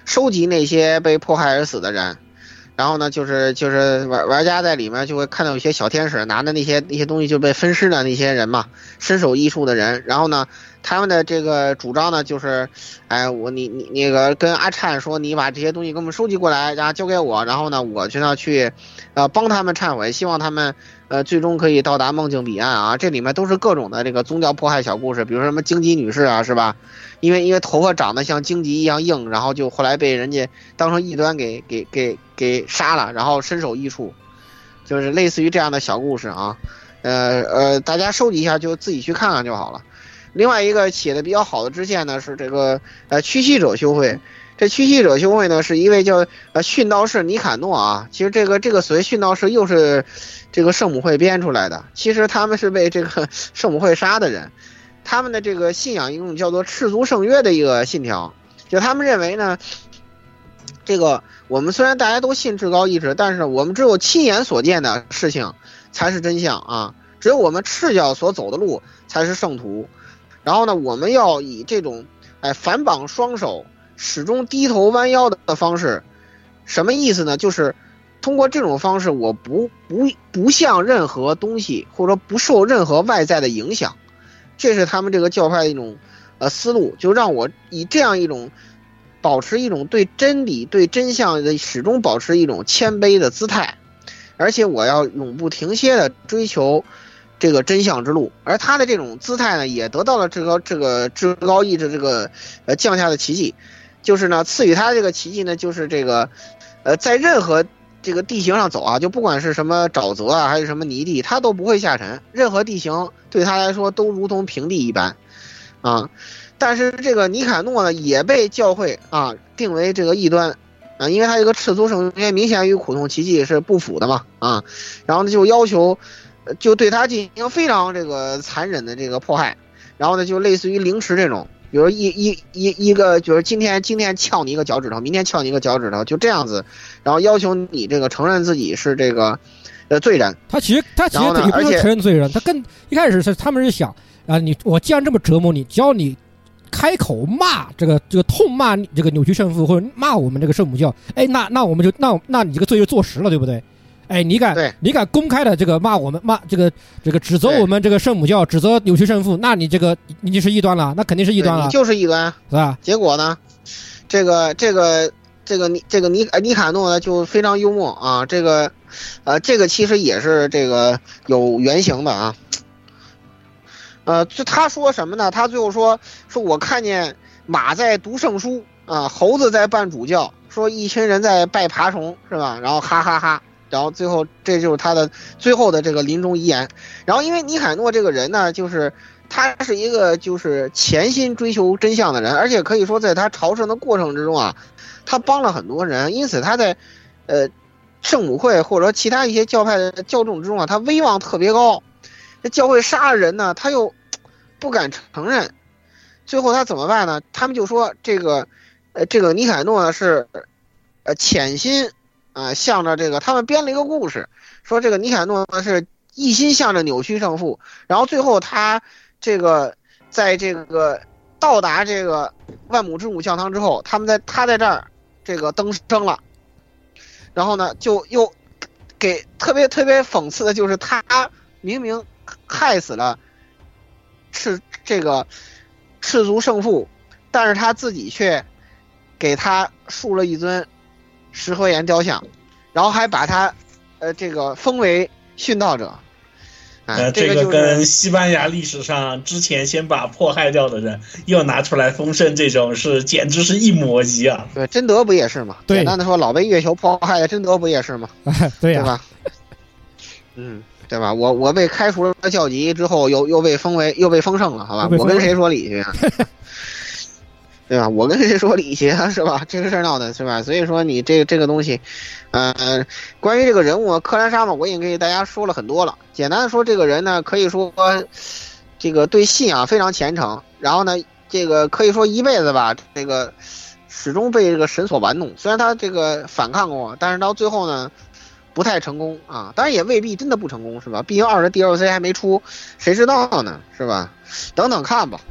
收集那些被迫害而死的人。然后呢，就是就是玩玩家在里面就会看到有些小天使拿的那些那些东西就被分尸的那些人嘛，身首异处的人。然后呢，他们的这个主张呢就是，哎，我你你那个跟阿灿说，你把这些东西给我们收集过来，然后交给我，然后呢，我就要去，呃，帮他们忏悔，希望他们呃最终可以到达梦境彼岸啊。这里面都是各种的这个荆棘迫害小故事，比如说什么荆棘女士啊，是吧？因为因为头发长得像荆棘一样硬，然后就后来被人家当成异端给给给给杀了，然后身首异处，就是类似于这样的小故事啊。呃呃，大家收集一下就自己去看看就好了。另外一个写的比较好的支线呢是这个呃驱息者修会。这驱息者修会呢是一位叫呃殉道士尼坎诺啊。其实这个这个所谓殉道士又是这个圣母会编出来的，其实他们是被这个圣母会杀的人。他们的这个信仰一种叫做赤足圣约的一个信条，就他们认为呢，这个我们虽然大家都信至高意志，但是我们只有亲眼所见的事情才是真相啊，只有我们赤脚所走的路才是圣途。然后呢，我们要以这种哎反绑双手，始终低头弯腰的方式，什么意思呢？就是通过这种方式，我不不不向任何东西，或者说不受任何外在的影响。这是他们这个教派的一种呃思路，就让我以这样一种保持一种对真理对真相的始终保持一种谦卑的姿态，而且我要永不停歇的追求这个真相之路。而他的这种姿态呢，也得到了这个这个至高意志这个呃降下的奇迹，就是呢赐予他这个奇迹呢，就是这个呃在任何这个地形上走啊，就不管是什么沼泽啊还是什么泥地，他都不会下沉，任何地形对他来说都如同平地一般啊。但是这个尼坎诺呢也被教会啊定为这个异端啊，因为他这个赤足圣约明显与苦痛奇迹是不符的嘛啊，然后呢就要求就对他进行非常这个残忍的这个迫害，然后呢就类似于凌迟这种，比如一一一一个就是今天今天撬你一个脚趾头，明天撬你一个脚趾头，就这样子，然后要求你这个承认自己是这个呃罪人。 他其实他其实也不是承认罪人，他更一开始是他们是想啊，你我既然这么折磨你，只要你开口骂这个这个痛骂这个扭曲圣父或者骂我们这个圣母教，哎，那那我们就那那你这个罪就坐实了，对不对？哎，你敢你敢公开的这个骂我们骂这个这个指责我们这个圣母教，指责扭曲圣父，那你这个你就是异端了，那肯定是异端了， 你就是异端， 是吧？ 结果呢，这个这个这个尼这个尼尼卡诺呢就非常幽默啊，这个呃这个其实也是这个有原型的啊。呃，就他说什么呢？他最后说说我看见马在读圣书啊，猴子在办主教，说一群人在拜爬虫，是吧？然后哈哈哈。然后最后这就是他的最后的这个临终遗言。然后因为尼凯诺这个人呢，就是他是一个就是潜心追求真相的人，而且可以说在他朝圣的过程之中啊，他帮了很多人，因此他在呃圣母会或者说其他一些教派的教众之中啊，他威望特别高。这教会杀了人呢，他又不敢承认，最后他怎么办呢？他们就说这个呃这个尼凯诺呢是呃潜心啊、呃，向着这个，他们编了一个故事，说这个尼凯诺呢是一心向着扭曲圣父，然后最后他这个在这个到达这个万母之母教堂之后，他们在他在这儿这个登升了，然后呢就又给特别特别讽刺的就是他明明害死了赤这个赤足圣父，但是他自己却给他竖了一尊石灰岩雕像，然后还把他呃这个封为殉道者。 呃，这个跟西班牙历史上之前先把迫害掉的人又拿出来封圣，这种是简直是一模一样。 对，贞德不也是吗？ 对， 简单的说，老被月球迫害的贞德不也是吗？ 对呀、啊， 对吧？嗯，对吧？我我被开除了教籍之后，又又被封为又被封圣了，好吧？我跟谁说理去、啊？对吧？我跟谁说理去啊？是吧？这个事儿闹的是吧？所以说你这个这个东西，呃，关于这个人物克兰沙嘛，我已经给大家说了很多了。简单的说，这个人呢，可以说这个对信仰非常虔诚，然后呢，这个可以说一辈子吧，这个始终被这个神所玩弄。虽然他这个反抗过，但是到最后呢，不太成功啊。当然也未必真的不成功，是吧？毕竟二的 D L C 还没出，谁知道呢？是吧？等等看吧。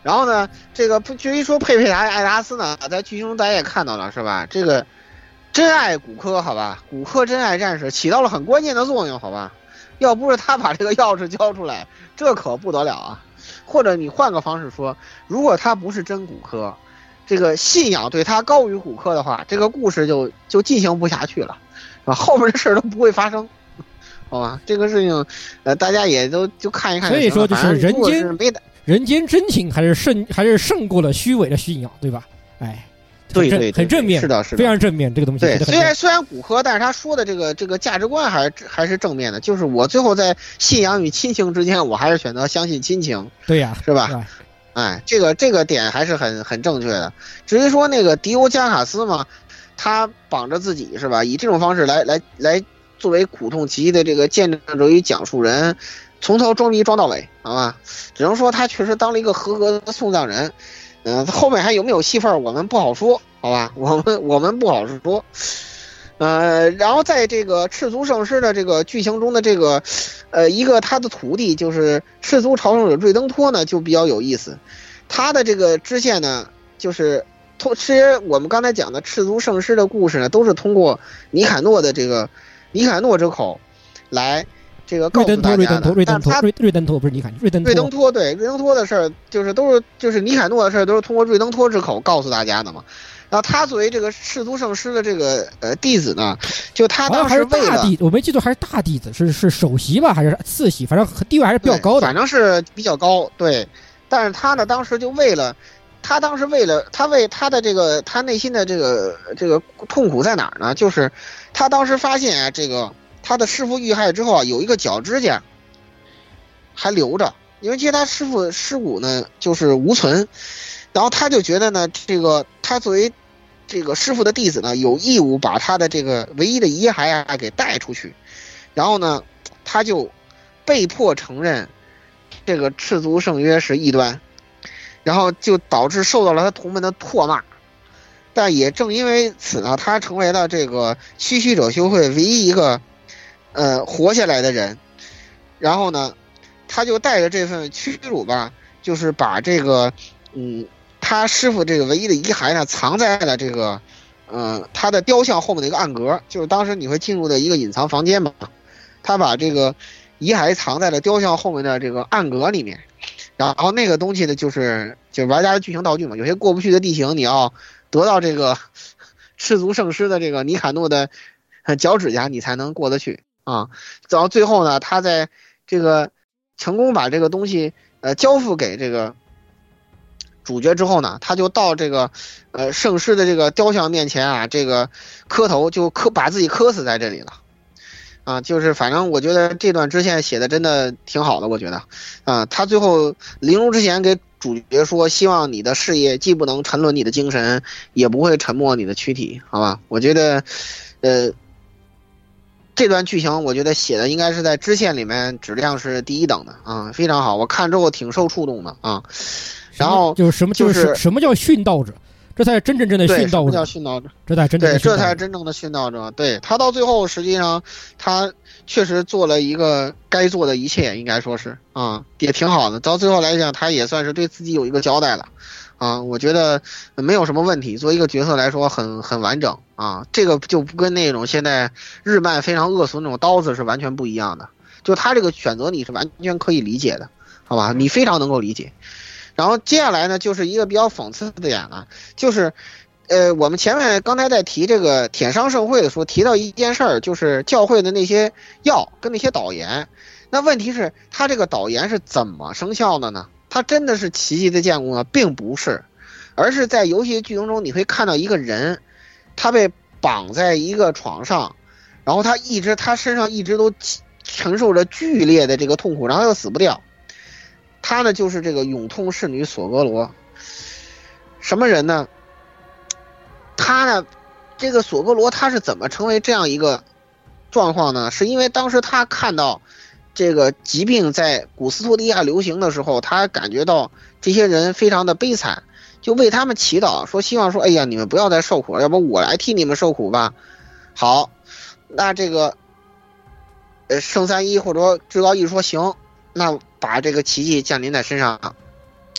然后呢，这个至于说佩佩达艾达斯呢，在剧中大家也看到了是吧？这个真爱骨科好吧，骨科真爱战士起到了很关键的作用好吧？要不是他把这个钥匙交出来，这可不得了啊！或者你换个方式说，如果他不是真骨科，这个信仰对他高于骨科的话，这个故事就就进行不下去了，是吧？后面的事都不会发生。好吧，这个事情，呃，大家也都就看一看。 所以说，就是人间是没人间真情还是胜还是胜过了虚伪的信仰，对吧？哎， 对对， 很正面， 是的，是的， 非常正面。这个东西对，虽然虽然骨科，但是他说的这个这个价值观还是还是正面的。就是我最后在信仰与亲情之间，我还是选择相信亲情。 对呀， 是吧？哎，这个这个点还是很很正确的。至于说那个迪欧加卡斯嘛，他绑着自己是吧？以这种方式来来来。作为苦痛奇迹的这个见证者与讲述人，从头装逼装到尾，好吧？只能说他确实当了一个合格的送葬人。嗯、呃，后面还有没有戏份，我们不好说，好吧？我们我们不好说。呃，然后在这个赤足圣师的这个剧情中的这个，呃，一个他的徒弟就是赤足朝圣者瑞登托呢，就比较有意思。他的这个支线呢，就是通，其实我们刚才讲的赤足圣师的故事呢，都是通过尼坎诺的这个。尼坎诺之口，来这个告诉大家的，但他瑞瑞登托不是尼坎，瑞登瑞登托对瑞登托的事儿，就是都是就是尼坎诺的事儿，都是通过瑞登托之口告诉大家的嘛。然后他作为这个赤足圣师的这个呃弟子呢，就他当时为了我没记住还是大弟子，是是首席吧还是次席，反正地位还是比较高的， 反正是比较高对。但是他呢，当时就为了。他当时为了他为他的这个他内心的这个这个痛苦在哪儿呢？就是他当时发现啊，这个他的师傅遇害之后啊，有一个脚指甲还留着，因为其实他师傅尸骨呢就是无存，然后他就觉得呢，这个他作为这个师傅的弟子呢，有义务把他的这个唯一的遗骸啊给带出去，然后呢，他就被迫承认这个赤足圣约是异端。然后就导致受到了他同门的唾骂，但也正因为此呢，他成为了这个驱虚者修会唯一一个呃活下来的人。然后呢，他就带着这份屈辱吧，就是把这个嗯他师傅这个唯一的遗骸呢藏在了这个呃他的雕像后面的一个暗格，就是当时你会进入的一个隐藏房间嘛。他把这个遗骸藏在了雕像后面的这个暗格里面。然后那个东西呢，就是就是玩家的剧情道具嘛，有些过不去的地形，你要得到这个赤足圣师的这个尼坎诺的脚趾甲，你才能过得去啊。然后最后呢，他在这个成功把这个东西呃交付给这个主角之后呢，他就到这个呃圣师的这个雕像面前啊，这个磕头就磕把自己磕死在这里了。啊，就是反正我觉得这段支线写的真的挺好的，我觉得，啊，他最后临终之前给主角说，希望你的事业既不能沉沦你的精神，也不会沉没你的躯体，好吧？我觉得，呃，这段剧情我觉得写的应该是在支线里面质量是第一等的啊，非常好，我看之后挺受触动的啊。然后就是什么就是什么叫殉道者？这才是真真正的殉道者， 叫殉道者， 这才真正的对，这才是真正的殉道者。对，他到最后，实际上他确实做了一个该做的一切，应该说是啊，也挺好的。到最后来讲，他也算是对自己有一个交代了啊，我觉得没有什么问题。作为一个角色来说，很很完整啊，这个就不跟那种现在日漫非常恶俗那种刀子是完全不一样的。就他这个选择，你是完全可以理解的，好吧？你非常能够理解。然后接下来呢，就是一个比较讽刺的点了，就是，呃，我们前面刚才在提这个舔商盛会的时候，提到一件事儿，就是教会的那些药跟那些导言。那问题是，他这个导言是怎么生效的呢？他真的是奇迹的建物呢，并不是，而是在游戏剧情中你会看到一个人，他被绑在一个床上，然后他一直他身上一直都承受着剧烈的这个痛苦，然后又死不掉。他呢就是这个永痛侍女索格罗，什么人呢？他呢，这个索格罗他是怎么成为这样一个状况呢？是因为当时他看到这个疾病在古斯托迪亚流行的时候，他感觉到这些人非常的悲惨，就为他们祈祷，说希望说，哎呀，你们不要再受苦了，要不我来替你们受苦吧。好，那这个呃圣三一或者说至高意识说行。那把这个奇迹降临在身上，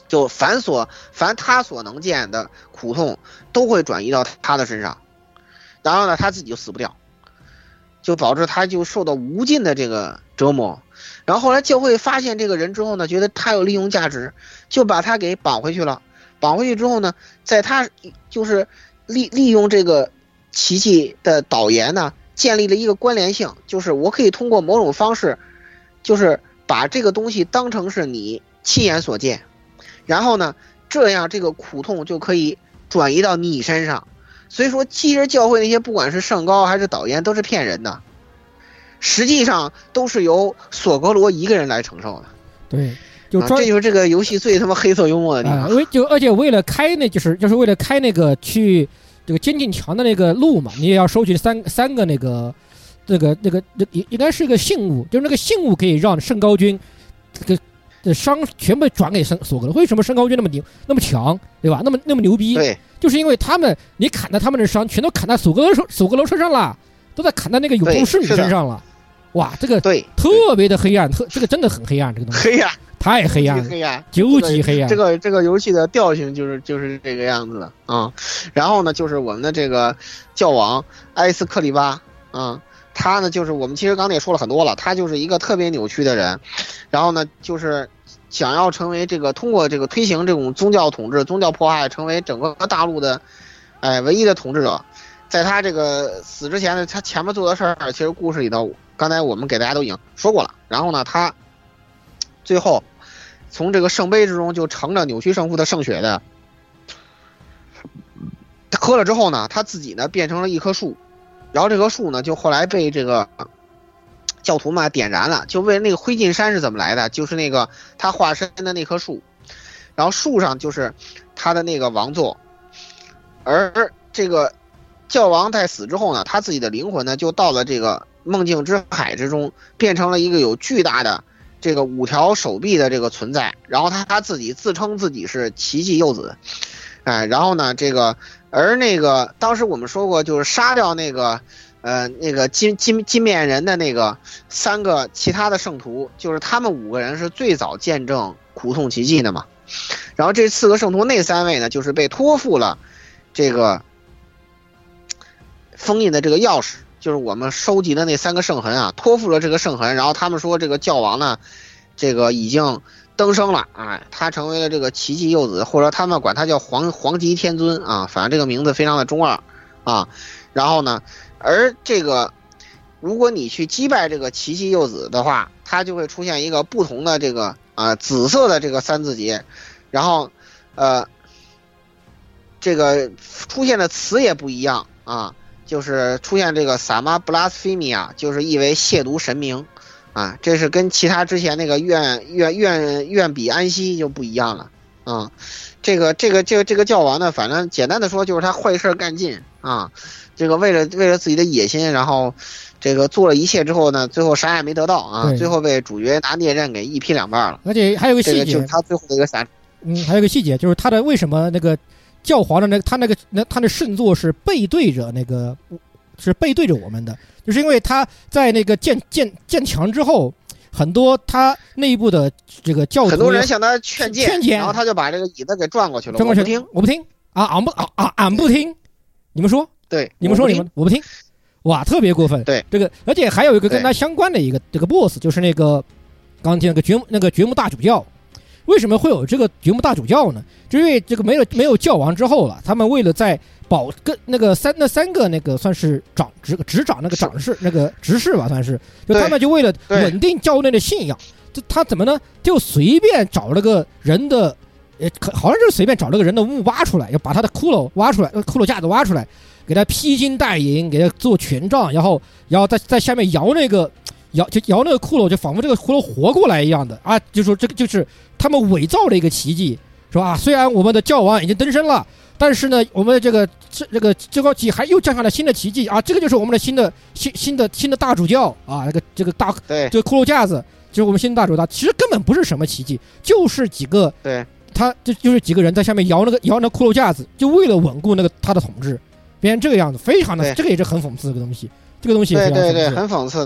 就凡所凡他所能见的苦痛都会转移到他的身上，然后呢他自己就死不掉，就导致他就受到无尽的这个折磨。然后后来教会发现这个人之后呢，觉得他有利用价值，就把他给绑回去了。绑回去之后呢，在他就是利利用这个奇迹的导言呢，建立了一个关联性，就是我可以通过某种方式，就是把这个东西当成是你亲眼所见，然后呢，这样这个苦痛就可以转移到你身上。所以说，其实教会那些不管是圣高还是导言都是骗人的，实际上都是由索格罗一个人来承受的。 对。就、 啊、这就是这个游戏最他妈黑色幽默的地方。 啊、为就而且为了开那就是就是为了开那个去这个监禁墙的那个路嘛，你也要收集三三个那个那个那个那应该是一个信物，就是那个信物可以让圣高军这个的伤全部转给圣索格罗。为什么圣高军那么牛那么强，对吧？那么那么牛逼？ 对， 就是因为他们你砍到他们的伤全都砍到索格罗索格罗身上了，都在砍到那个永动侍女身上了。哇，这个对特别的黑暗，特这个真的很黑暗，这个东西黑暗。 太黑暗， 黑暗， 究极黑暗。 这个这个游戏的调性就是就是这个样子的啊、嗯。然后呢，就是我们的这个教王埃斯克利巴啊、嗯，他呢就是我们其实刚才也说了很多了，他就是一个特别扭曲的人。然后呢，就是想要成为这个通过这个推行这种宗教统治、宗教迫害，成为整个大陆的哎唯一的统治者。在他这个死之前呢，他前面做的事儿，其实故事里头刚才我们给大家都已经说过了。然后呢，他最后从这个圣杯之中就盛着扭曲圣父的圣血的，他喝了之后呢，他自己呢变成了一棵树，然后这棵树呢就后来被这个教徒嘛点燃了。就为那个灰烬山是怎么来的，就是那个他化身的那棵树，然后树上就是他的那个王座。而这个教王在死之后呢，他自己的灵魂呢就到了这个梦境之海之中，变成了一个有巨大的这个五条手臂的这个存在。然后他他自己自称自己是奇迹幼子，哎，然后呢这个而那个当时我们说过，就是杀掉那个呃那个金金金面人的那个三个其他的圣徒，就是他们五个人是最早见证苦痛奇迹的嘛。然后这四个圣徒那三位呢，就是被托付了这个封印的这个钥匙，就是我们收集的那三个圣痕啊，托付了这个圣痕。然后他们说这个教王呢，这个已经登升了，哎，他成为了这个奇迹幼子，或者他们管他叫皇皇极天尊啊，反正这个名字非常的中二啊。然后呢，而这个如果你去击败这个奇迹幼子的话，它就会出现一个不同的这个啊、呃、紫色的这个三字节，然后呃这个出现的词也不一样啊。就是出现这个萨玛布拉斯菲米亚，就是意为亵渎神明啊，这是跟其他之前那个愿愿愿愿彼安息就不一样了啊。这个这个这个这个教王呢，反正简单的说就是他坏事干尽啊，这个为了为了自己的野心，然后这个做了一切之后呢，最后啥也没得到啊，最后被主角拿猎刃给一劈两半了。 而且还有个细节， 这个就是他最后的一个闪。 嗯，还有个细节就是他的为什么那个。教皇的那个他那个那他的圣座是背对着那个是背对着我们的，就是因为他在那个建建建墙之后，很多他内部的这个教徒很多人向他劝谏， 劝谏， 然后他就把这个椅子给转过去了。 转过去， 我不听， 我不听啊，俺不啊啊俺不听，你们说， 对， 你们说你们我不听，哇，特别过分。 对， 这个而且还有一个跟他相关的一个这个 boss， 就是那个刚刚提那个掘那个掘墓大主教。为什么会有这个掘墓大主教呢？就因为这个没有没有教王之后了，他们为了在保跟那个三那三个那个算是长执执掌那个长士那个执事吧，算是就他们就为了稳定教内的信仰，就他怎么呢？就随便找了个人的，呃，好像就是随便找了个人的墓挖出来，要把他的骷髅挖出来，骷髅架子挖出来，给他披金戴银，给他做权杖，然后然后在在下面摇那个。摇就摇那个骷髅，就仿佛这个骷髅活过来一样的啊！就说这个就是他们伪造了一个奇迹，是吧？虽然我们的教王已经登升了，但是呢，我们这个这这个这个奇还又降下了新的奇迹啊！这个就是我们的新的新新的新的大主教啊！这个这个大对这个骷髅架子就是我们新的大主教，其实根本不是什么奇迹，就是几个对他就就是几个人在下面摇那个摇那骷髅架子，就为了稳固那个他的统治，变成这个样子，非常的这个也是很讽刺这个东西，这个东西对对对，很讽刺的。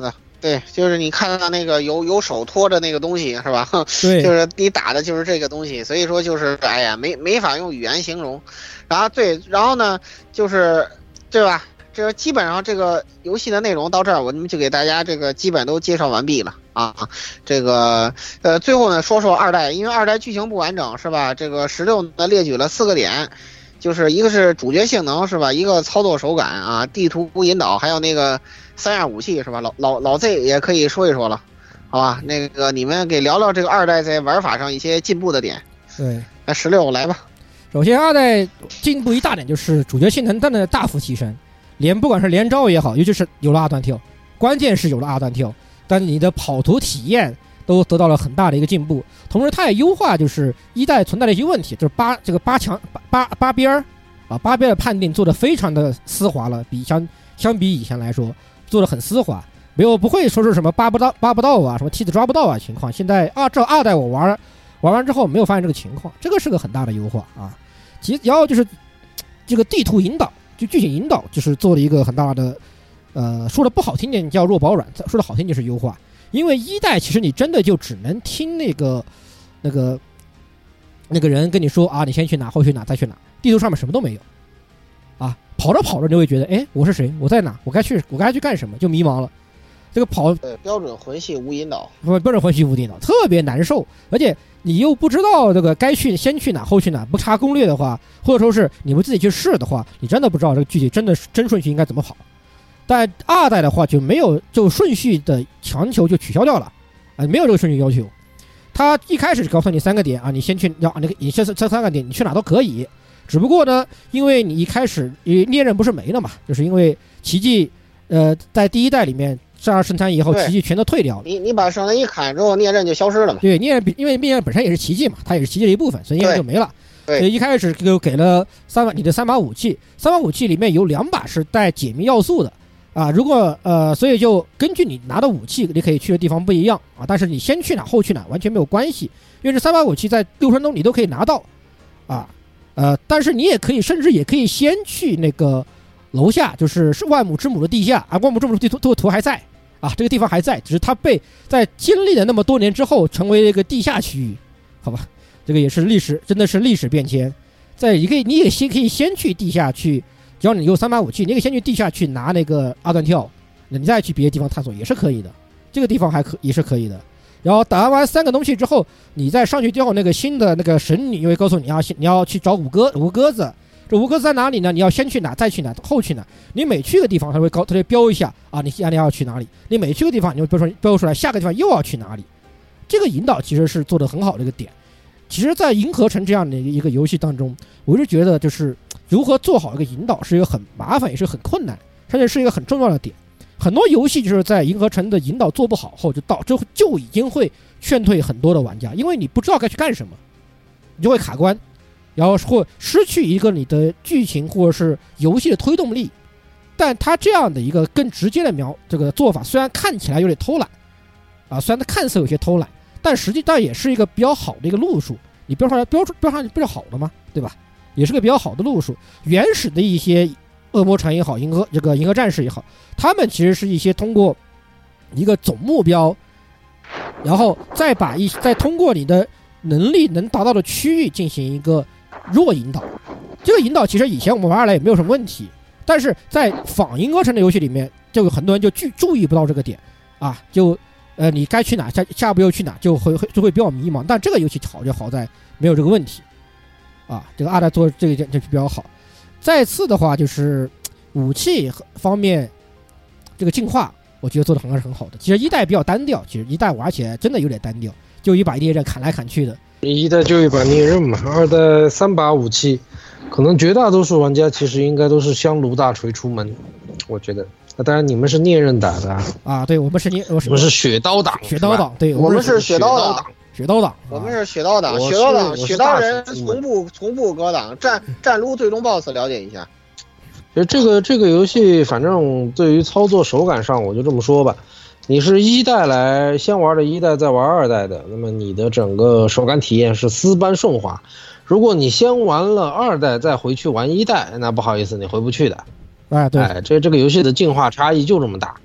对，就是你看到那个有有手托着那个东西是吧？ 对， 就是你打的就是这个东西，所以说就是哎呀，没没法用语言形容。然后对，然后呢，就是对吧？这个基本上这个游戏的内容到这儿，我们就给大家这个基本都介绍完毕了啊。这个呃，最后呢说说二代，因为二代剧情不完整是吧？这个十六呢列举了四个点。就是一个是主角性能是吧，一个操作手感啊，地图引导，还有那个三样武器是吧？老老老 Z 也可以说一说了，好吧？那个你们给聊聊这个二代在玩法上一些进步的点。 对， 那十六来吧。 首先二代进步一大点就是主角性能真的大幅提升，连不管是连招也好，尤其是有了二段跳，关键是有了二段跳，但你的跑图体验都得到了很大的一个进步，同时它也优化就是一代存在的一些问题，就是八这个八强八八八边儿啊八边的判定做得非常的丝滑了，比相相比以前来说做得很丝滑，没有不会说是什么扒不到扒不到啊，什么梯子抓不到啊情况。现在啊这二代我玩玩完之后没有发现这个情况，这个是个很大的优化啊。其然后就是这个地图引导，就剧情引导，就是做了一个很大的呃说的不好听点叫弱保软，说的好听就是优化。因为一代其实你真的就只能听那个那个那个人跟你说啊，你先去哪，后去哪，再去哪，地图上面什么都没有啊，跑着跑着你会觉得，哎，我是谁？我在哪？我该去我该去干什么？就迷茫了。这个跑对标准魂系无引导， 不标准魂系无引导，特别难受，而且你又不知道这个该去先去哪后去哪，不查攻略的话，或者说是你们自己去试的话，你真的不知道这个具体真的真顺序应该怎么跑。但二代的话就没有就顺序的强求就取消掉了啊，没有这个顺序要求。他一开始告诉你三个点啊，你先去要那个你这这三个点你去哪都可以，只不过呢，因为你一开始猎刃不是没了嘛，就是因为奇迹呃在第一代里面战二圣餐以后，奇迹全都退掉了。 你你把圣人一砍之后，猎刃就消失了嘛？ 对，猎刃因为猎刃本身也是奇迹嘛，它也是奇迹的一部分，所以猎刃就没了。 对， 所以一开始就给了三把你的三把武器，三把武器里面有两把是带解谜要素的。啊，如果呃，所以就根据你拿的武器，你可以去的地方不一样啊。但是你先去哪后去哪完全没有关系，因为这三把武器在六分钟你都可以拿到，啊，呃，但是你也可以，甚至也可以先去那个楼下，就是是万亩之母的地下啊，万亩之母的地图图图还在啊，这个地方还在，只是它被在经历了那么多年之后成为了一个地下区域，好吧，这个也是历史，真的是历史变迁。在你可以，你也先可以先去地下去。只要你有三把武器，你可以先去地下去拿那个二段跳，你再去别的地方探索也是可以的，这个地方还可也是可以的。然后打完三个东西之后，你再上去之后，那个新的那个神女会告诉你要你要去找五鸽五鸽子，这五鸽子在哪里呢？你要先去哪，再去哪，后去哪？你每去个地方，它会高，它会标一下啊，你下你要去哪里？你每去个地方，你会标出标出来下个地方又要去哪里？这个引导其实是做得很好的一个点。其实，在银河城这样的一个游戏当中，我是觉得就是如何做好一个引导是一个很麻烦，也是很困难，甚至是一个很重要的点。很多游戏就是在银河城的引导做不好后，就导就就已经会劝退很多的玩家，因为你不知道该去干什么，你就会卡关，然后或失去一个你的剧情或者是游戏的推动力。但他这样的一个更直接的描这个做法，虽然看起来有点偷懒啊，虽然它看似有些偷懒。但实际上也是一个比较好的一个路数，你标出来标出标上不是好的吗？对吧？也是个比较好的路数。原始的一些恶魔城也好，银河这个银河战士也好，他们其实是一些通过一个总目标，然后再把一再通过你的能力能达到的区域进行一个弱引导。这个引导其实以前我们玩下来也没有什么问题，但是在仿银河城的游戏里面，就有很多人就注注意不到这个点啊，就。呃，你该去哪下下步又去哪，就会就会比较迷茫。但这个游戏好就好在没有这个问题，啊，这个二代做这个就比较好。再次的话就是武器方面这个进化，我觉得做的很很好的。其实一代比较单调，其实一代玩起来真的有点单调，就一把猎刃砍来砍去的。 一代就一把猎刃嘛，二代三把武器，可能绝大多数玩家其实应该都是香炉大锤出门，我觉得。那当然，你们是猎刃党的啊！ 啊，对，我们是猎，我们是雪刀党， 雪刀党，对， 我们是雪刀党，雪刀党， 我们是雪刀党，雪刀党，雪刀人从不从不格挡，战战撸最终 boss 了解一下。 就这个这个游戏，反正对于操作手感上，我就这么说吧，你是一代来先玩的一代，再玩二代的，那么你的整个手感体验是丝般顺滑。如果你先玩了二代，再回去玩一代，那不好意思，你回不去的。 哎，对， 哎，这这个游戏的进化差异就这么大，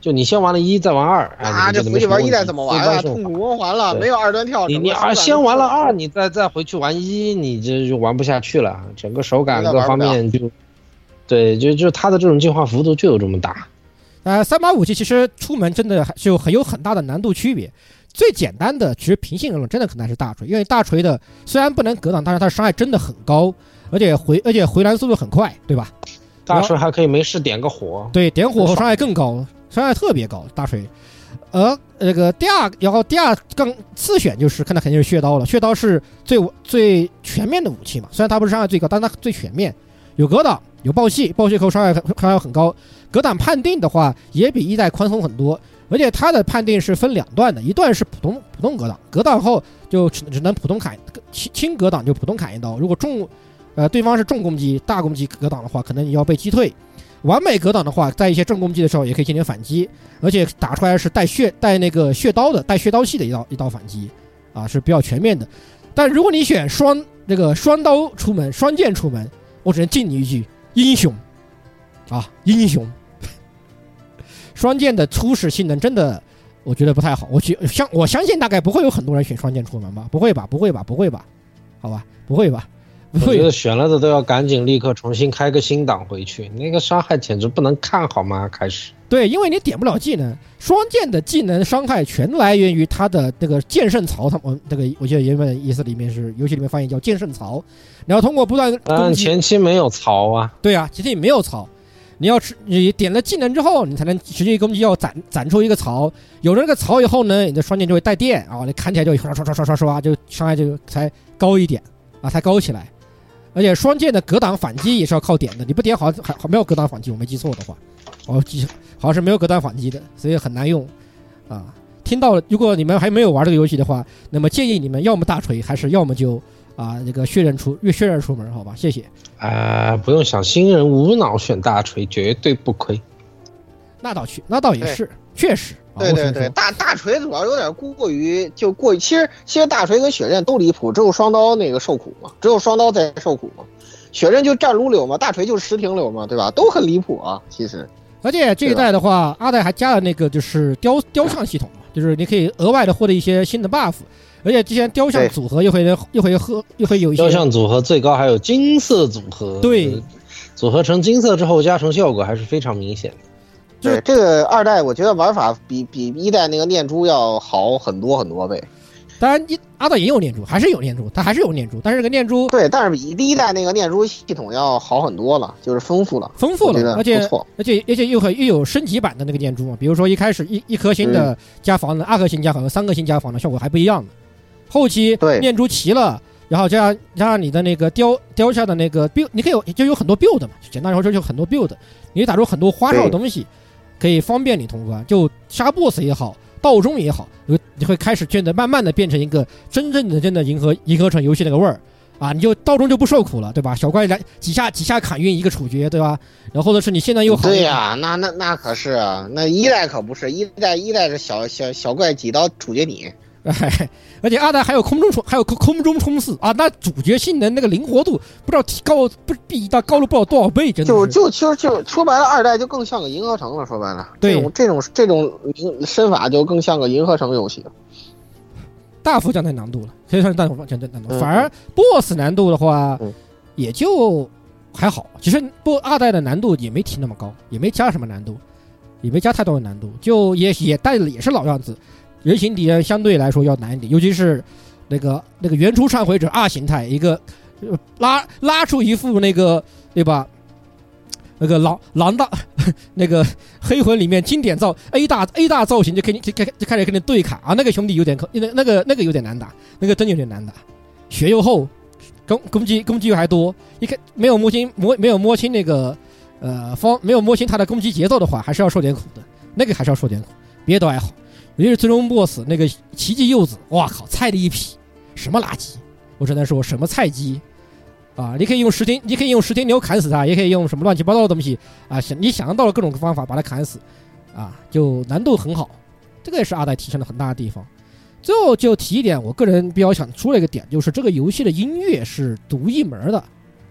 就你先玩了一，再玩二啊，这回去玩一代怎么玩啊？痛苦梦环了，没有二段跳。 你你啊，先玩了二，你再再回去玩一，你这就玩不下去了，整个手感各方面就，对，就就它的这种进化幅度就有这么大。 呃，三把武器其实出门真的就很有很大的难度区别。最简单的，其实平性人真的可能是大锤，因为大锤的虽然不能格挡，但是它的伤害真的很高，而且回而且回蓝速度很快，对吧？ 大锤还可以没事点个火， 对，点火后伤害更高。伤害特别高，大锤。而那个第二，然后第二更次选就是看到肯定是血刀了。血刀是最最全面的武器嘛，虽然它不是伤害最高，但它最全面，有格挡，有爆系，爆系后伤害伤害很高。格挡判定的话也比一代宽松很多，而且它的判定是分两段的，一段是普通普通格挡，格挡后就只只能普通砍，轻轻格挡就普通砍一刀。如果重，呃对方是重攻击、大攻击格挡的话，可能你要被击退。完美格挡的话，在一些正攻击的时候也可以进行反击，而且打出来是带血带那个血刀的，带血刀系的一刀一刀反击，啊是比较全面的。但如果你选双这个双刀出门，双剑出门，我只能敬你一句英雄，啊英雄。双剑的初始性能真的，我觉得不太好。我相我相信大概不会有很多人选双剑出门吧？不会吧？不会吧？不会吧？好吧？不会吧？ 我觉得选了的都要赶紧立刻重新开个新档回去，那个伤害简直不能看好吗？开始对，因为你点不了技能，双剑的技能伤害全来源于它的那个剑圣槽，他们这个我记得原本的意思里面是游戏里面翻译叫剑圣槽，然后通过不断嗯前期没有槽啊， 对啊，前期没有槽，你要你点了技能之后，你才能实际攻击要攒攒出一个槽，有了那个槽以后呢，你的双剑就会带电啊，你砍起来就刷刷刷刷刷刷，就伤害就才高一点啊，才高起来。而且双剑的格挡反击也是要靠点的，你不点好像还没有格挡反击，我没记错的话，我记好像是没有格挡反击的，所以很难用啊。听到了，如果你们还没有玩这个游戏的话，那么建议你们要么大锤，还是要么就啊那个血刃出越血刃出门，好吧？谢谢。 啊、呃，不用想，新人无脑选大锤绝对不亏。 那倒去，那倒也是，确实。 对对对，大大锤主要有点过于就过于，其实其实大锤跟血刃都离谱，只有双刀那个受苦嘛，只有双刀在受苦嘛，血刃就站撸流嘛，大锤就实停流嘛，对吧？都很离谱啊，其实。 而且这一代的话，阿代还加了那个就是雕雕像系统嘛，就是你可以额外的获得一些新的 buff， 而且这些雕像组合又会又会喝又会有一些雕像组合最高还有金色组合， 对， 组合成金色之后加成效果还是非常明显的。 对，这个二代我觉得玩法比比一代那个念珠要好很多很多倍。 当然一阿代也有念珠，还是有念珠，它还是有念珠，但是这个念珠对，但是比第一代那个念珠系统要好很多了，就是丰富了， 丰富了，而且而且而且又又有升级版的那个念珠嘛，比如说一开始一一颗星的加防的，嗯、二颗星加防的，三颗星加防的效果还不一样的。后期念珠齐了，然后加上加上你的那个雕雕下的那个 build， 你可以有就有很多 build 嘛，简单来说就有很多 build， 你打出很多花哨的东西。可以方便你通关，就杀 boss 也好，道中也好，你会开始变得慢慢的变成一个真正的真的银河银河城游戏那个味儿啊！你就道中就不受苦了，对吧？小怪来几下几下砍晕一个处决，对吧？然后或者是你现在又好， 对呀、啊，那那那可是啊，那一代可不是一代，一代是小小小怪几刀处决你。 哎，而且二代还有空中冲，还有空中冲刺啊！那主角性能那个灵活度不知道提高，不比一代高了不知道多少倍，真的就就其实就说白了，二代就更像个银河城了。说白了， 对， 这种这种这种身法就更像个银河城游戏了， 大幅降低难度了，可以算是大幅降低难度。嗯、反而 boss 难度的话，嗯、也就还好。其实不二代的难度也没提那么高，也没加什么难度，也没加太多的难度，就也也带的也是老样子。人形敌人相对来说要难一点，尤其是那个那个原初忏悔者二形态，一个拉拉出一副那个对吧？那个狼狼大那个黑魂里面经典造 A 大 A 大造型就跟你就开就开始跟你对砍啊，那个兄弟有点那那个那个有点难打，那个真有点难打，血又厚，攻攻击攻击又还多，一看没有摸清摸没有摸清那个呃方没有摸清他的攻击节奏的话，还是要受点苦的，那个还是要受点苦，别的都还好。尤其是最终 boss 那个奇迹柚子，哇靠，菜的一批，什么垃圾！我只能说什么菜鸡啊！你可以用石丁，你可以用石丁牛砍死他，也可以用什么乱七八糟的东西啊！想你想到了各种方法把它砍死，啊，就难度很好。这个也是二代提升了很大的地方。最后就提一点，我个人比较想出了一个点，就是这个游戏的音乐是独一门的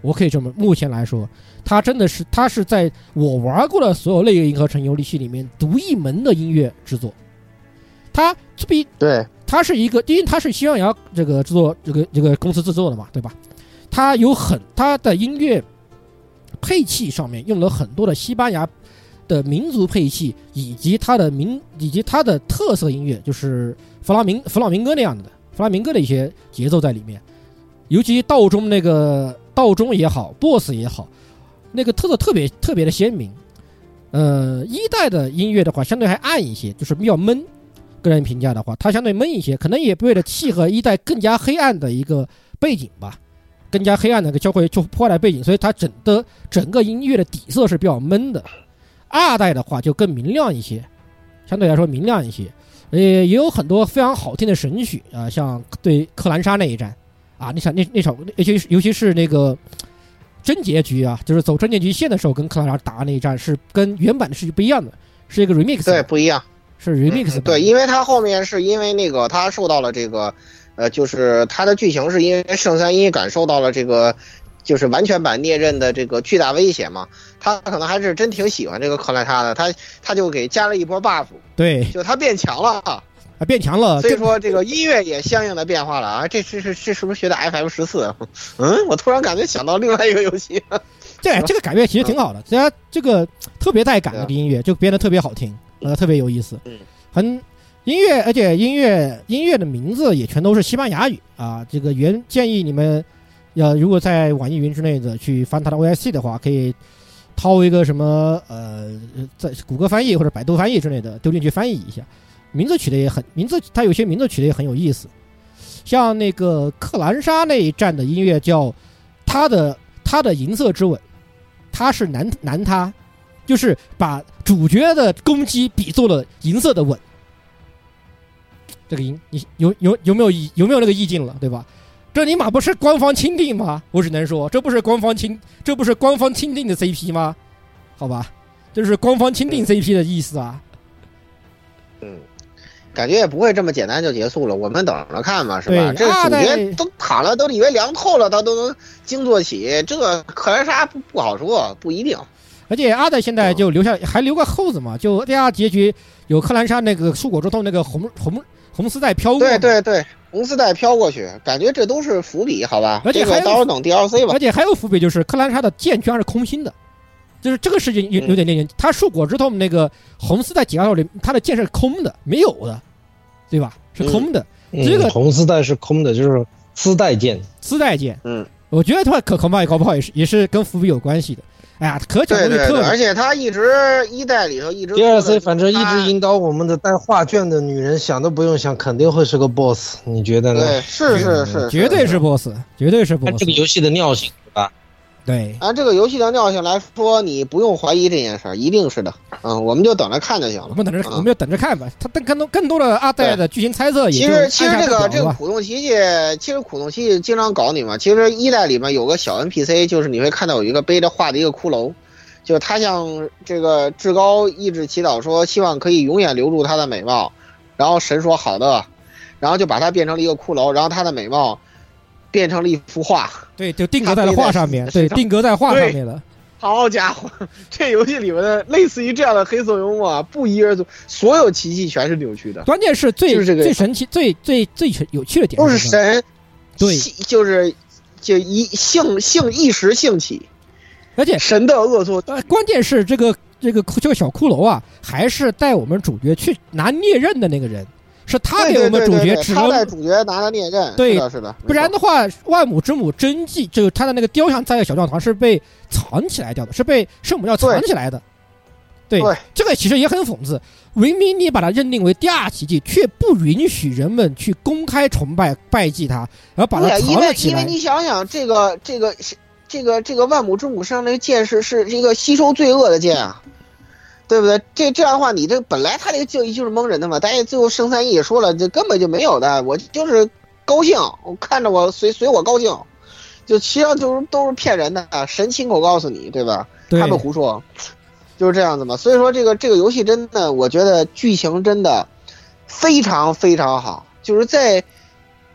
我可以这么目前来说，它真的是它是在我玩过的所有类银河城游戏里面独一门的音乐制作。它这比对， 它是一个，因为它是西班牙这个制作这个这个公司制作的嘛，对吧？它有很它的音乐配器上面用了很多的西班牙的民族配器，以及它的民以及它的特色音乐，就是弗拉明弗拉明戈那样的弗拉明戈的一些节奏在里面。尤其道中那个道中也好 ，boss 也好，那个特色特别特别的鲜明。呃，一代的音乐的话，相对还暗一些，就是比较闷。个人评价的话，它相对闷一些，可能也为了契合一代更加黑暗的一个背景吧，更加黑暗的一个教会就破坏的背景，所以它整的整个音乐的底色是比较闷的。二代的话就更明亮一些，相对来说明亮一些，呃，也有很多非常好听的神曲啊、呃，像对克兰莎那一战啊，那场那那场，尤其尤其是那个真结局啊，就是走真结局线的时候跟克兰莎打那一战是跟原版的是不一样的，是一个 remix， 对，不一样。 是 remix、嗯、 对，因为他后面是因为那个他受到了这个，呃，就是他的剧情是因为圣三一感受到了这个，就是完全版聂刃的这个巨大威胁嘛，他可能还是真挺喜欢这个克莱莎的，他他就给加了一波 buff， 对， 就他变强了啊， 变强了， 所以说这个音乐也相应的变化了啊，这是是这是不是学的 F M 十四？嗯，我突然感觉想到另外一个游戏， 这这个改变其实挺好的，大家这个特别带感的音乐就变得特别好听。呃，特别有意思， 嗯， 很音乐，而且音乐音乐的名字也全都是西班牙语啊。这个原建议你们要如果在网易云之内的去翻它的 O S C 的话，可以掏一个什么呃，在谷歌翻译或者百度翻译之类的丢进去翻译一下。名字取的也很名字，它有些名字取的也很有意思，像那个克兰莎那一站的音乐叫它的它的银色之吻，它是男男他。就是把主角的攻击比作了银色的吻，这个音你有有有没有有没有那个意境了，对吧？这尼玛不是官方钦定吗？我只能说，这不是官方钦，这不是官方钦定的 C P 吗？好吧，这是官方钦定 C P 的意思啊。 嗯，感觉也不会这么简单就结束了，我们等着看嘛，是吧？这主角都砍了，都以为凉透了，他都能惊坐起，这个克兰莎不不好说，不一定。 而且阿德现在就留下还留个后子嘛，就第二结局有克兰莎那个树果之后那个红红红丝带飘过， 对对对，红丝带飘过去，感觉这都是伏笔，好吧？ 而且还有、 这个、到时候等 D L C 吧。 而且还有伏笔，就是克兰莎的剑居然是空心的，就是这个事情有有点令人，他树果之后那个红丝带解开里，他的剑是空的，没有的，对吧？是空的。 嗯、 这个红丝带是空的，就是丝带剑， 丝带剑。 嗯， 我觉得他可恐怕也搞不好也是也是跟伏笔有关系的。哎呀，可讲对对对，而且他一直一代里头一直 D L C 反正一直引导我们的带画卷的女人，想都不用想，肯定会是个 boss， 你觉得呢？ 对，是是是， 绝对是 boss， 绝对是 boss。 按这个游戏的尿性，对吧？ 对， 按这个游戏的尿性来说，你不用怀疑这件事儿，一定是的。嗯，我们就等着看就行了。 我们等着，我们就等着看吧。他更多更多的二代的剧情猜测也其实其实这个这个苦动奇迹，其实苦动奇迹经常搞你嘛。其实一代里面有个小 N P C， 就是你会看到有一个背着画的一个骷髅。就他向这个至高意志祈祷说，希望可以永远留住他的美貌，然后神说好的，然后就把他变成了一个骷髅，然后他的美貌变成了一幅画， 对，就定格在了画上面，对，定格在画上面了。 好家伙，这游戏里面的类似于这样的黑色幽默啊，不一而足，所有奇迹全是扭曲的。 关键是最、 就是这个、 最神奇、最最最有趣的点都是神， 对， 就是就一兴兴一时兴起。 而且神的恶作， 呃，关键是这个这个这个小骷髅啊，还是带我们主角去拿猎刃的那个人，是他给我们主角指他带主角拿了猎刃， 对， 是的，是的。 不然的话，万母之母真迹，就是他的那个雕像在小教堂是被藏起来掉的，是被圣母教藏起来的。对， 对， 这个其实也很讽刺。明明你把它认定为第二奇迹，却不允许人们去公开崇拜拜祭他，然后把它藏了起来。 因为因为你想想，这个这个。这个这个万母之母身上那个剑是是一个吸收罪恶的剑啊，对不对？这这样的话，你这本来他这个教义就是蒙人的嘛。但是最后圣三一也说了，这根本就没有的，我就是高兴，我看着我随随我高兴，就其实就是都是骗人的，神亲口告诉你，对吧？ 对， 他们胡说，就是这样子嘛。所以说这个这个游戏真的，我觉得剧情真的非常非常好，就是在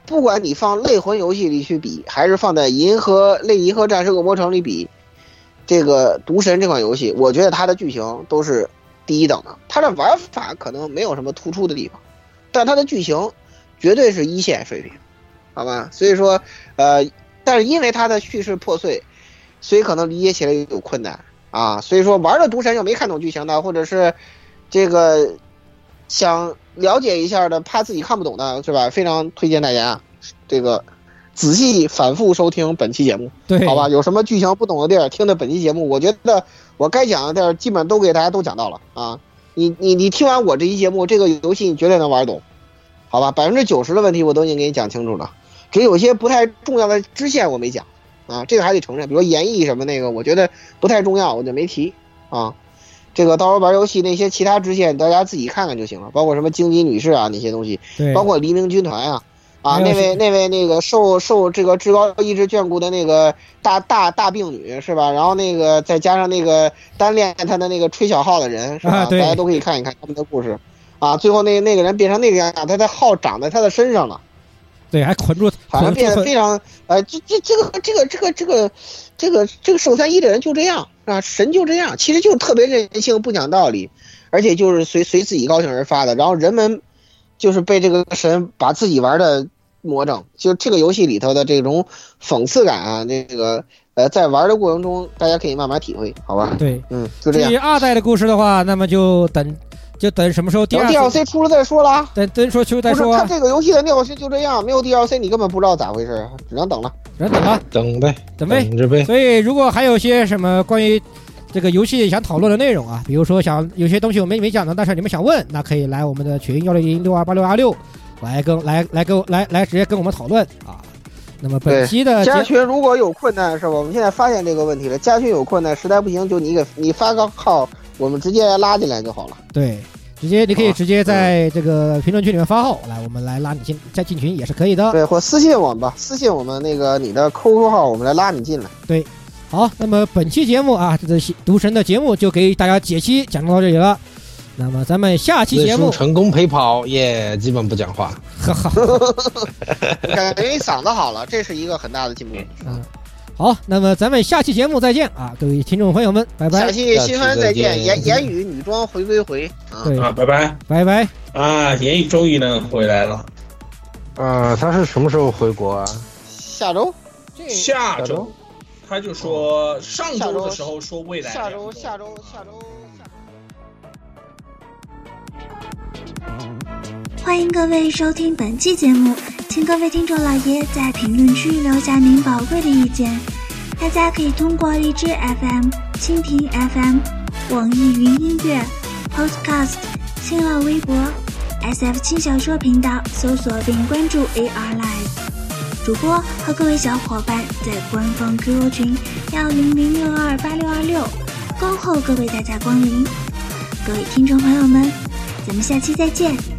不管你放类魂游戏里去比，还是放在银河类银河战士恶魔城里比，这个毒神这款游戏，我觉得它的剧情都是第一等的。它的玩法可能没有什么突出的地方，但它的剧情绝对是一线水平，好吧？所以说，呃，但是因为它的叙事破碎，所以可能理解起来有困难啊。所以说，玩了毒神又没看懂剧情的，或者是这个想了解一下的，怕自己看不懂的，是吧？非常推荐大家这个仔细反复收听本期节目， 对， 好吧？有什么剧情不懂的地儿，听的本期节目，我觉得我该讲的地儿基本都给大家都讲到了啊。你你你听完我这期节目，这个游戏你绝对能玩懂，好吧？百分之九十的问题我都已经给你讲清楚了，只有些不太重要的支线我没讲啊，这个还得承认，比如说演绎什么那个，我觉得不太重要，我就没提啊。这个到时候玩游戏那些其他支线，大家自己看看就行了，包括什么荆棘女士啊那些东西，包括黎明军团啊，啊那位那位那个受受这个至高意志眷顾的那个大大大病女是吧？然后那个再加上那个单恋他的那个吹小号的人是吧？啊、大家都可以看一看他们的故事啊。最后那那个人变成那个样，他的号长在他的身上了。 对，还捆住， 反正变得非常，呃，这这这个这个这个这个这个这个受三一的人就这样啊，神就这样，其实就是特别任性，不讲道理，而且就是随随自己高兴而发的，然后人们就是被这个神把自己玩的魔怔，就这个游戏里头的这种讽刺感啊，这个呃，在玩的过程中，大家可以慢慢体会，好吧？ 对， 嗯，就这样。 至于二代的故事的话，那么就等。就等什么时候 D L C 出了再说了， 等等说出再说、啊。 他这个游戏的 D L C 就这样，没有 D L C 你根本不知道咋回事，只能等了， 只能等了， 等呗， 等呗， 等着呗。 所以如果还有些什么关于这个游戏想讨论的内容啊，比如说想有些东西我们没讲的，但是你们想问，那可以来我们的群幺六零六二八六二六来跟来来跟来来直接跟我们讨论啊。那么本期的加群如果有困难是吧？我们现在发现这个问题了，加群有困难，实在不行就你给你发个号，我们直接拉进来就好了。 对。直接你可以直接在这个评论区里面发号，来我们来拉你进再进群也是可以的。 对，或私信我们吧，私信我们那个你的 Q Q 号，我们来拉你进来。 对，好，那么本期节目啊，这个毒神的节目就给大家解析讲到这里了。那么咱们下期节目成功陪跑耶， yeah, 基本不讲话， 哈哈， 感觉你嗓子好了，这是一个很大的进步。 嗯。好，那么咱们下期节目再见啊，各位听众朋友们，拜拜。 下期新番再见，言言语女装回归回啊，对啊，拜拜， 拜拜啊，言语终于能回来了。 啊，他是什么时候回国啊？ 下周， 下周，他就说上周的时候说未来， 下周，下周，下周，下周。欢迎各位收听本期节目，请各位听众老爷在评论区留下您宝贵的意见。大家可以通过荔枝 F M、蜻蜓 F M、网易云音乐、Podcast、新浪微博、S F 轻小说频道搜索并关注 A R Live。主播和各位小伙伴在官方 Q Q 群幺零零六二八六二六恭候各位大驾光临。各位听众朋友们，咱们下期再见。